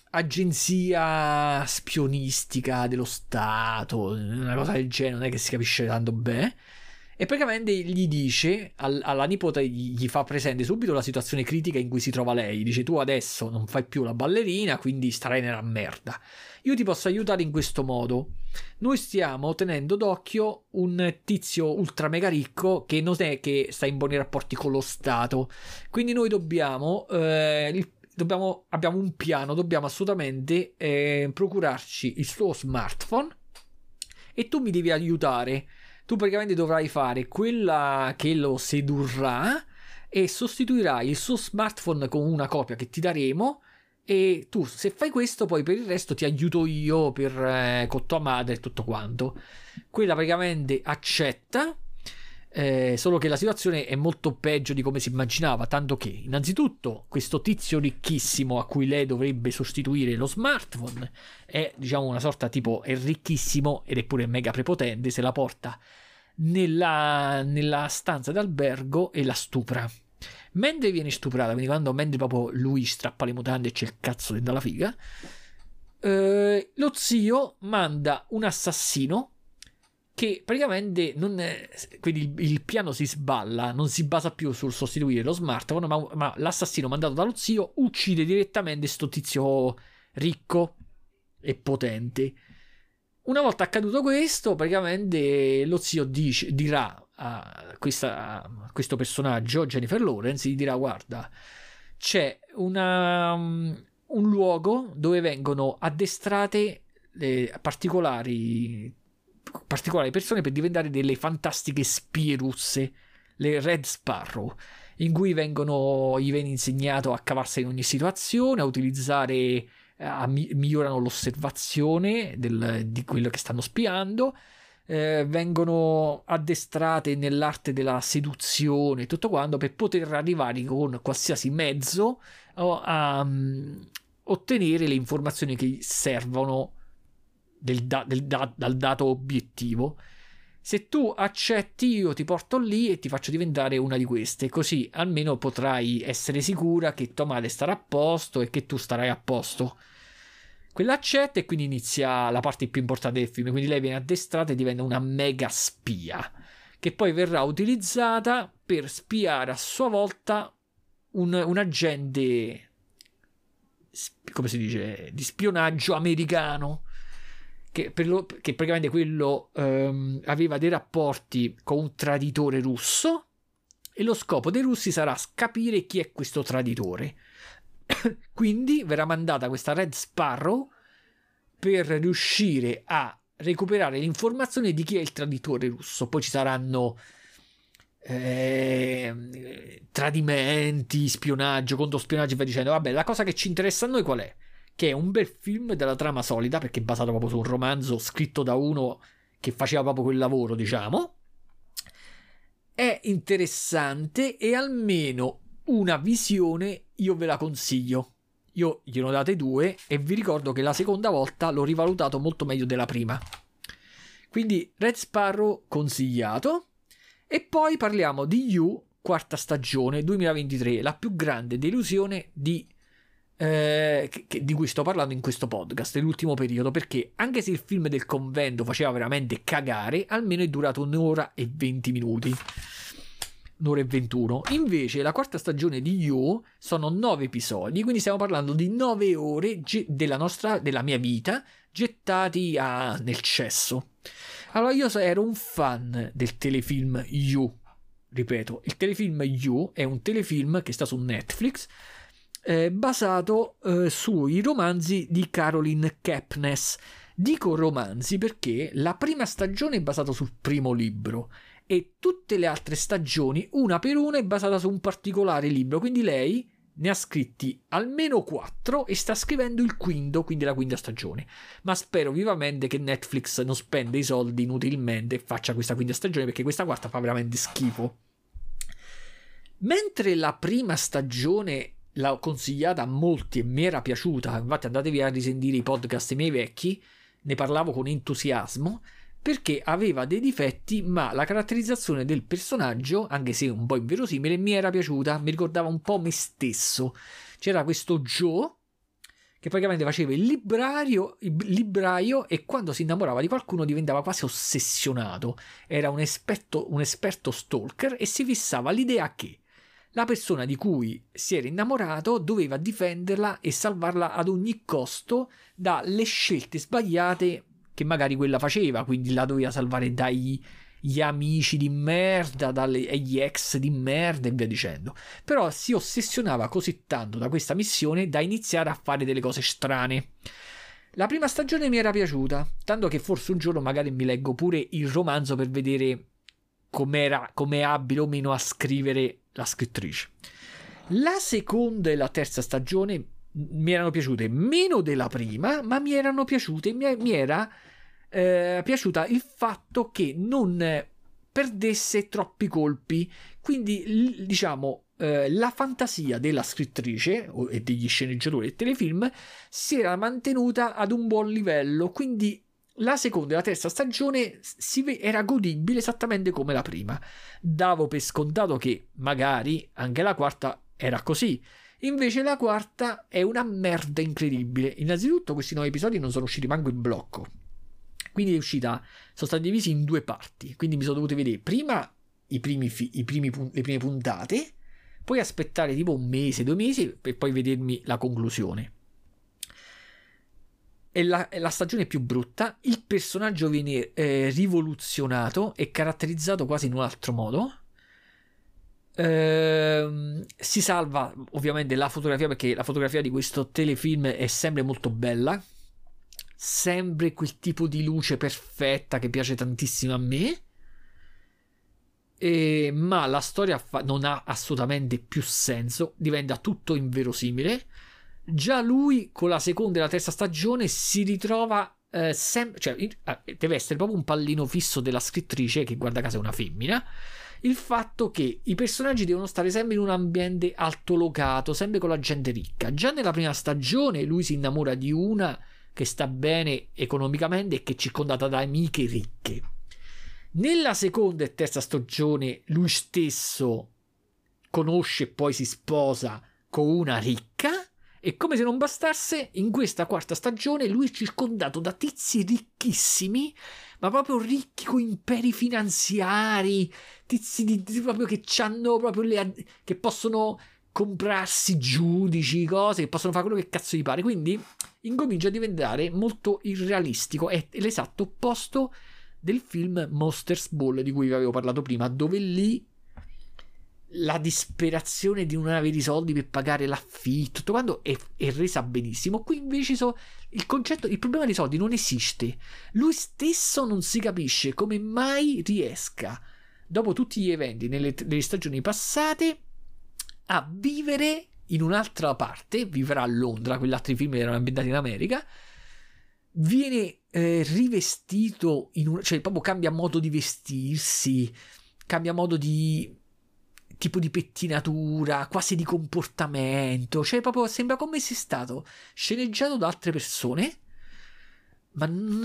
agenzia spionistica dello Stato, una cosa del genere, non è che si capisce tanto bene. E praticamente gli dice al, alla nipote, gli, gli fa presente subito la situazione critica in cui si trova lei. Dice: tu adesso non fai più la ballerina, quindi starai nella merda. Io ti posso aiutare in questo modo. Noi stiamo tenendo d'occhio un tizio ultra mega ricco che non è che sta in buoni rapporti con lo Stato. Quindi noi dobbiamo, eh, il, dobbiamo abbiamo un piano, dobbiamo assolutamente eh, procurarci il suo smartphone e tu mi devi aiutare. Tu praticamente dovrai fare quella che lo sedurrà e sostituirai il suo smartphone con una copia che ti daremo, e tu, se fai questo, poi per il resto ti aiuto io per, eh, con tua madre e tutto quanto. Quella praticamente accetta, eh, solo che la situazione è molto peggio di come si immaginava, tanto che innanzitutto questo tizio ricchissimo a cui lei dovrebbe sostituire lo smartphone è, diciamo, una sorta tipo, è ricchissimo ed è pure mega prepotente, se la porta nella, nella stanza d'albergo e la stupra mentre viene stuprata, quindi quando mentre proprio lui strappa le mutande e c'è il cazzo della figa, eh, lo zio manda un assassino che praticamente non è, quindi il, il piano si sballa, non si basa più sul sostituire lo smartphone, ma, ma l'assassino mandato dallo zio uccide direttamente sto tizio ricco e potente. Una volta accaduto questo, praticamente lo zio dice, dirà a, questa, a questo personaggio, Jennifer Lawrence, gli dirà: guarda, c'è una, um, un luogo dove vengono addestrate le particolari particolari persone per diventare delle fantastiche spie russe, le Red Sparrow, in cui vengono gli viene insegnato a cavarsi in ogni situazione, a utilizzare, a mi- migliorano l'osservazione del, di quello che stanno spiando, eh, vengono addestrate nell'arte della seduzione e tutto quanto, per poter arrivare con qualsiasi mezzo a, a um, ottenere le informazioni che servono Del da, del da, dal dato obiettivo. Se tu accetti, io ti porto lì e ti faccio diventare una di queste, così almeno potrai essere sicura che tua madre starà a posto e che tu starai a posto. Quella accetta e quindi inizia la parte più importante del film. Quindi lei viene addestrata e diventa una mega spia, che poi verrà utilizzata per spiare a sua volta un, un agente, come si dice, di spionaggio americano, che, per lo, che praticamente quello ehm, aveva dei rapporti con un traditore russo, e lo scopo dei russi sarà capire chi è questo traditore. Quindi verrà mandata questa Red Sparrow per riuscire a recuperare l'informazione di chi è il traditore russo. Poi ci saranno eh, tradimenti, spionaggio, controspionaggio e via dicendo. Vabbè, la cosa che ci interessa a noi qual è? Che è un bel film della trama solida, perché è basato proprio su un romanzo scritto da uno che faceva proprio quel lavoro, diciamo. È interessante e almeno una visione io ve la consiglio. Io gliene ho date due e vi ricordo che la seconda volta l'ho rivalutato molto meglio della prima. Quindi Red Sparrow consigliato. E poi parliamo di You, quarta stagione duemilaventitré, la più grande delusione di, eh, che, di cui sto parlando in questo podcast, nell'ultimo periodo, perché anche se il film del convento faceva veramente cagare, almeno è durato un'ora e venti minuti. Un'ora e ventuno. Invece la quarta stagione di You sono nove episodi, quindi stiamo parlando di nove ore ge- della nostra, della mia vita, gettati a, nel cesso. Allora, io ero un fan del telefilm You, ripeto, il telefilm You è un telefilm che sta su Netflix, eh, basato eh, sui romanzi di Caroline Kepnes. Dico romanzi perché la prima stagione è basata sul primo libro e tutte le altre stagioni, una per una, è basata su un particolare libro, quindi lei ne ha scritti almeno quattro e sta scrivendo il quinto, quindi la quinta stagione. Ma spero vivamente che Netflix non spenda i soldi inutilmente e faccia questa quinta stagione, perché questa quarta fa veramente schifo. Mentre la prima stagione l'ho consigliata a molti e mi era piaciuta, infatti andatevi a risentire i podcast miei vecchi, ne parlavo con entusiasmo, perché aveva dei difetti, ma la caratterizzazione del personaggio, anche se un po' inverosimile, mi era piaciuta, mi ricordava un po' me stesso. C'era questo Joe che praticamente faceva il librario, il libraio, e quando si innamorava di qualcuno diventava quasi ossessionato. Era un esperto, un esperto stalker e si fissava l'idea che la persona di cui si era innamorato doveva difenderla e salvarla ad ogni costo dalle scelte sbagliate che magari quella faceva, quindi la doveva salvare dagli gli amici di merda, dagli ex di merda e via dicendo. Però si ossessionava così tanto da questa missione da iniziare a fare delle cose strane. La prima stagione mi era piaciuta, tanto che forse un giorno magari mi leggo pure il romanzo per vedere com'era, com'è abile o meno a scrivere la scrittrice. La seconda e la terza stagione mi erano piaciute meno della prima, ma mi erano piaciute, mi, mi era eh, piaciuta il fatto che non perdesse troppi colpi, quindi l- diciamo eh, la fantasia della scrittrice e degli sceneggiatori del telefilm si era mantenuta ad un buon livello, quindi la seconda e la terza stagione si ve- era godibile esattamente come la prima. Davo per scontato che magari anche la quarta era così. Invece la quarta è una merda incredibile. Innanzitutto questi nuovi episodi non sono usciti manco in blocco, quindi è uscita, sono stati divisi in due parti, quindi mi sono dovuto vedere prima i primi, fi, i primi le prime puntate, poi aspettare tipo un mese, due mesi per poi vedermi la conclusione. È la, è la stagione più brutta, il personaggio viene eh, rivoluzionato e caratterizzato quasi in un altro modo. Uh, si salva ovviamente la fotografia, perché la fotografia di questo telefilm è sempre molto bella, sempre quel tipo di luce perfetta che piace tantissimo a me, e, ma la storia fa- non ha assolutamente più senso, diventa tutto inverosimile. Già lui con la seconda e la terza stagione si ritrova eh, sempre, cioè eh, deve essere proprio un pallino fisso della scrittrice, che guarda caso è una femmina, il fatto che i personaggi devono stare sempre in un ambiente altolocato, sempre con la gente ricca. Già nella prima stagione lui si innamora di una che sta bene economicamente e che è circondata da amiche ricche. Nella seconda e terza stagione lui stesso conosce e poi si sposa con una ricca, e come se non bastasse, in questa quarta stagione lui è circondato da tizi ricchissimi, ma proprio ricchi con imperi finanziari, tizi di, di, proprio che c'hanno proprio le, che possono comprarsi giudici, cose che possono fare quello che cazzo gli pare, quindi incomincia a diventare molto irrealistico, è l'esatto opposto del film Monsters Ball di cui vi avevo parlato prima, dove lì la disperazione di non avere i soldi per pagare l'affitto, tutto quanto è, è resa benissimo. Qui invece so, il concetto, il problema dei soldi non esiste, lui stesso non si capisce come mai riesca, dopo tutti gli eventi nelle, nelle stagioni passate, a vivere in un'altra parte. Vivrà a Londra, quegli altri film erano ambientati in America, viene eh, rivestito in un, cioè proprio cambia modo di vestirsi, cambia modo di tipo di pettinatura, quasi di comportamento, cioè proprio sembra come se sia stato sceneggiato da altre persone, ma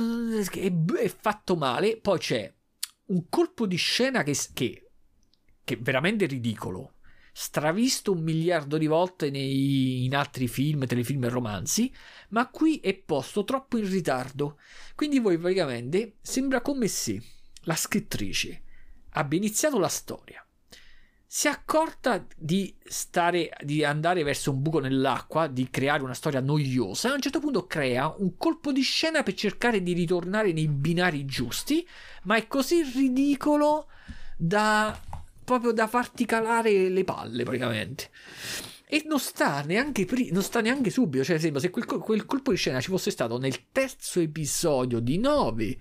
è, è fatto male. Poi c'è un colpo di scena che, che, che è veramente ridicolo, stravisto un miliardo di volte nei, in altri film, telefilm e romanzi, ma qui è posto troppo in ritardo, quindi voi praticamente sembra come se la scrittrice abbia iniziato la storia, si è accorta di stare, di andare verso un buco nell'acqua, di creare una storia noiosa, a un certo punto crea un colpo di scena per cercare di ritornare nei binari giusti, ma è così ridicolo da proprio da farti calare le palle praticamente, e non sta neanche pri- non sta neanche subito, cioè sembra se quel, quel colpo di scena ci fosse stato nel terzo episodio di nove,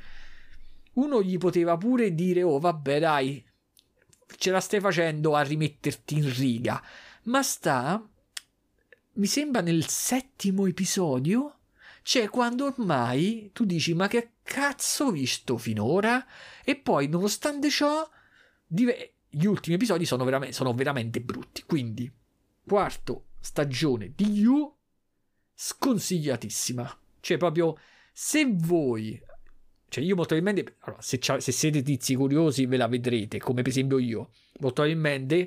uno gli poteva pure dire oh vabbè dai, ce la stai facendo a rimetterti in riga, ma sta, mi sembra nel settimo episodio, cioè quando ormai tu dici ma che cazzo ho visto finora, e poi nonostante ciò div- gli ultimi episodi sono veramente, sono veramente brutti. Quindi quarto stagione di You, sconsigliatissima, cioè proprio se voi, cioè io molto probabilmente, allora, se, se siete tizi curiosi ve la vedrete, come per esempio io, molto probabilmente,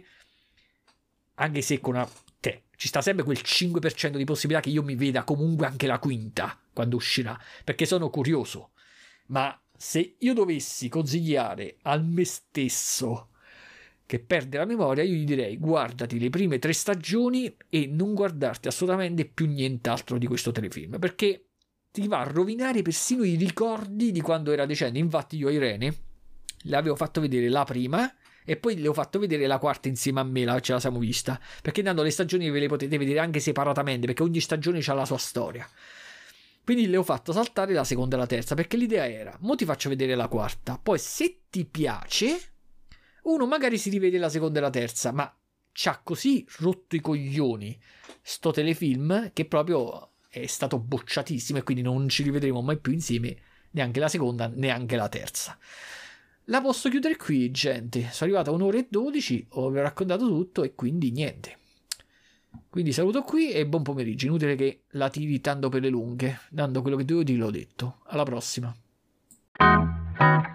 anche se con una, te, ci sta sempre quel cinque per cento di possibilità che io mi veda comunque anche la quinta quando uscirà, perché sono curioso, ma se io dovessi consigliare al me stesso che perde la memoria, io gli direi guardati le prime tre stagioni e non guardarti assolutamente più nient'altro di questo telefilm, perché ti va a rovinare persino i ricordi di quando era decenne. Infatti io a Irene le avevo fatto vedere la prima e poi le ho fatto vedere la quarta insieme a me, la, ce la siamo vista, perché tanto le stagioni ve le potete vedere anche separatamente, perché ogni stagione ha la sua storia. Quindi le ho fatto saltare la seconda e la terza, perché l'idea era mo ti faccio vedere la quarta, poi se ti piace uno magari si rivede la seconda e la terza, ma c'ha così rotto i coglioni sto telefilm che proprio è stato bocciatissimo, e quindi non ci rivedremo mai più insieme neanche la seconda neanche la terza. La posso chiudere qui, gente, sono arrivato a un'ora e dodici, ho raccontato tutto e quindi niente, quindi saluto qui e buon pomeriggio. Inutile che la tiri tanto per le lunghe, dando quello che dovevo dire l'ho detto. Alla prossima.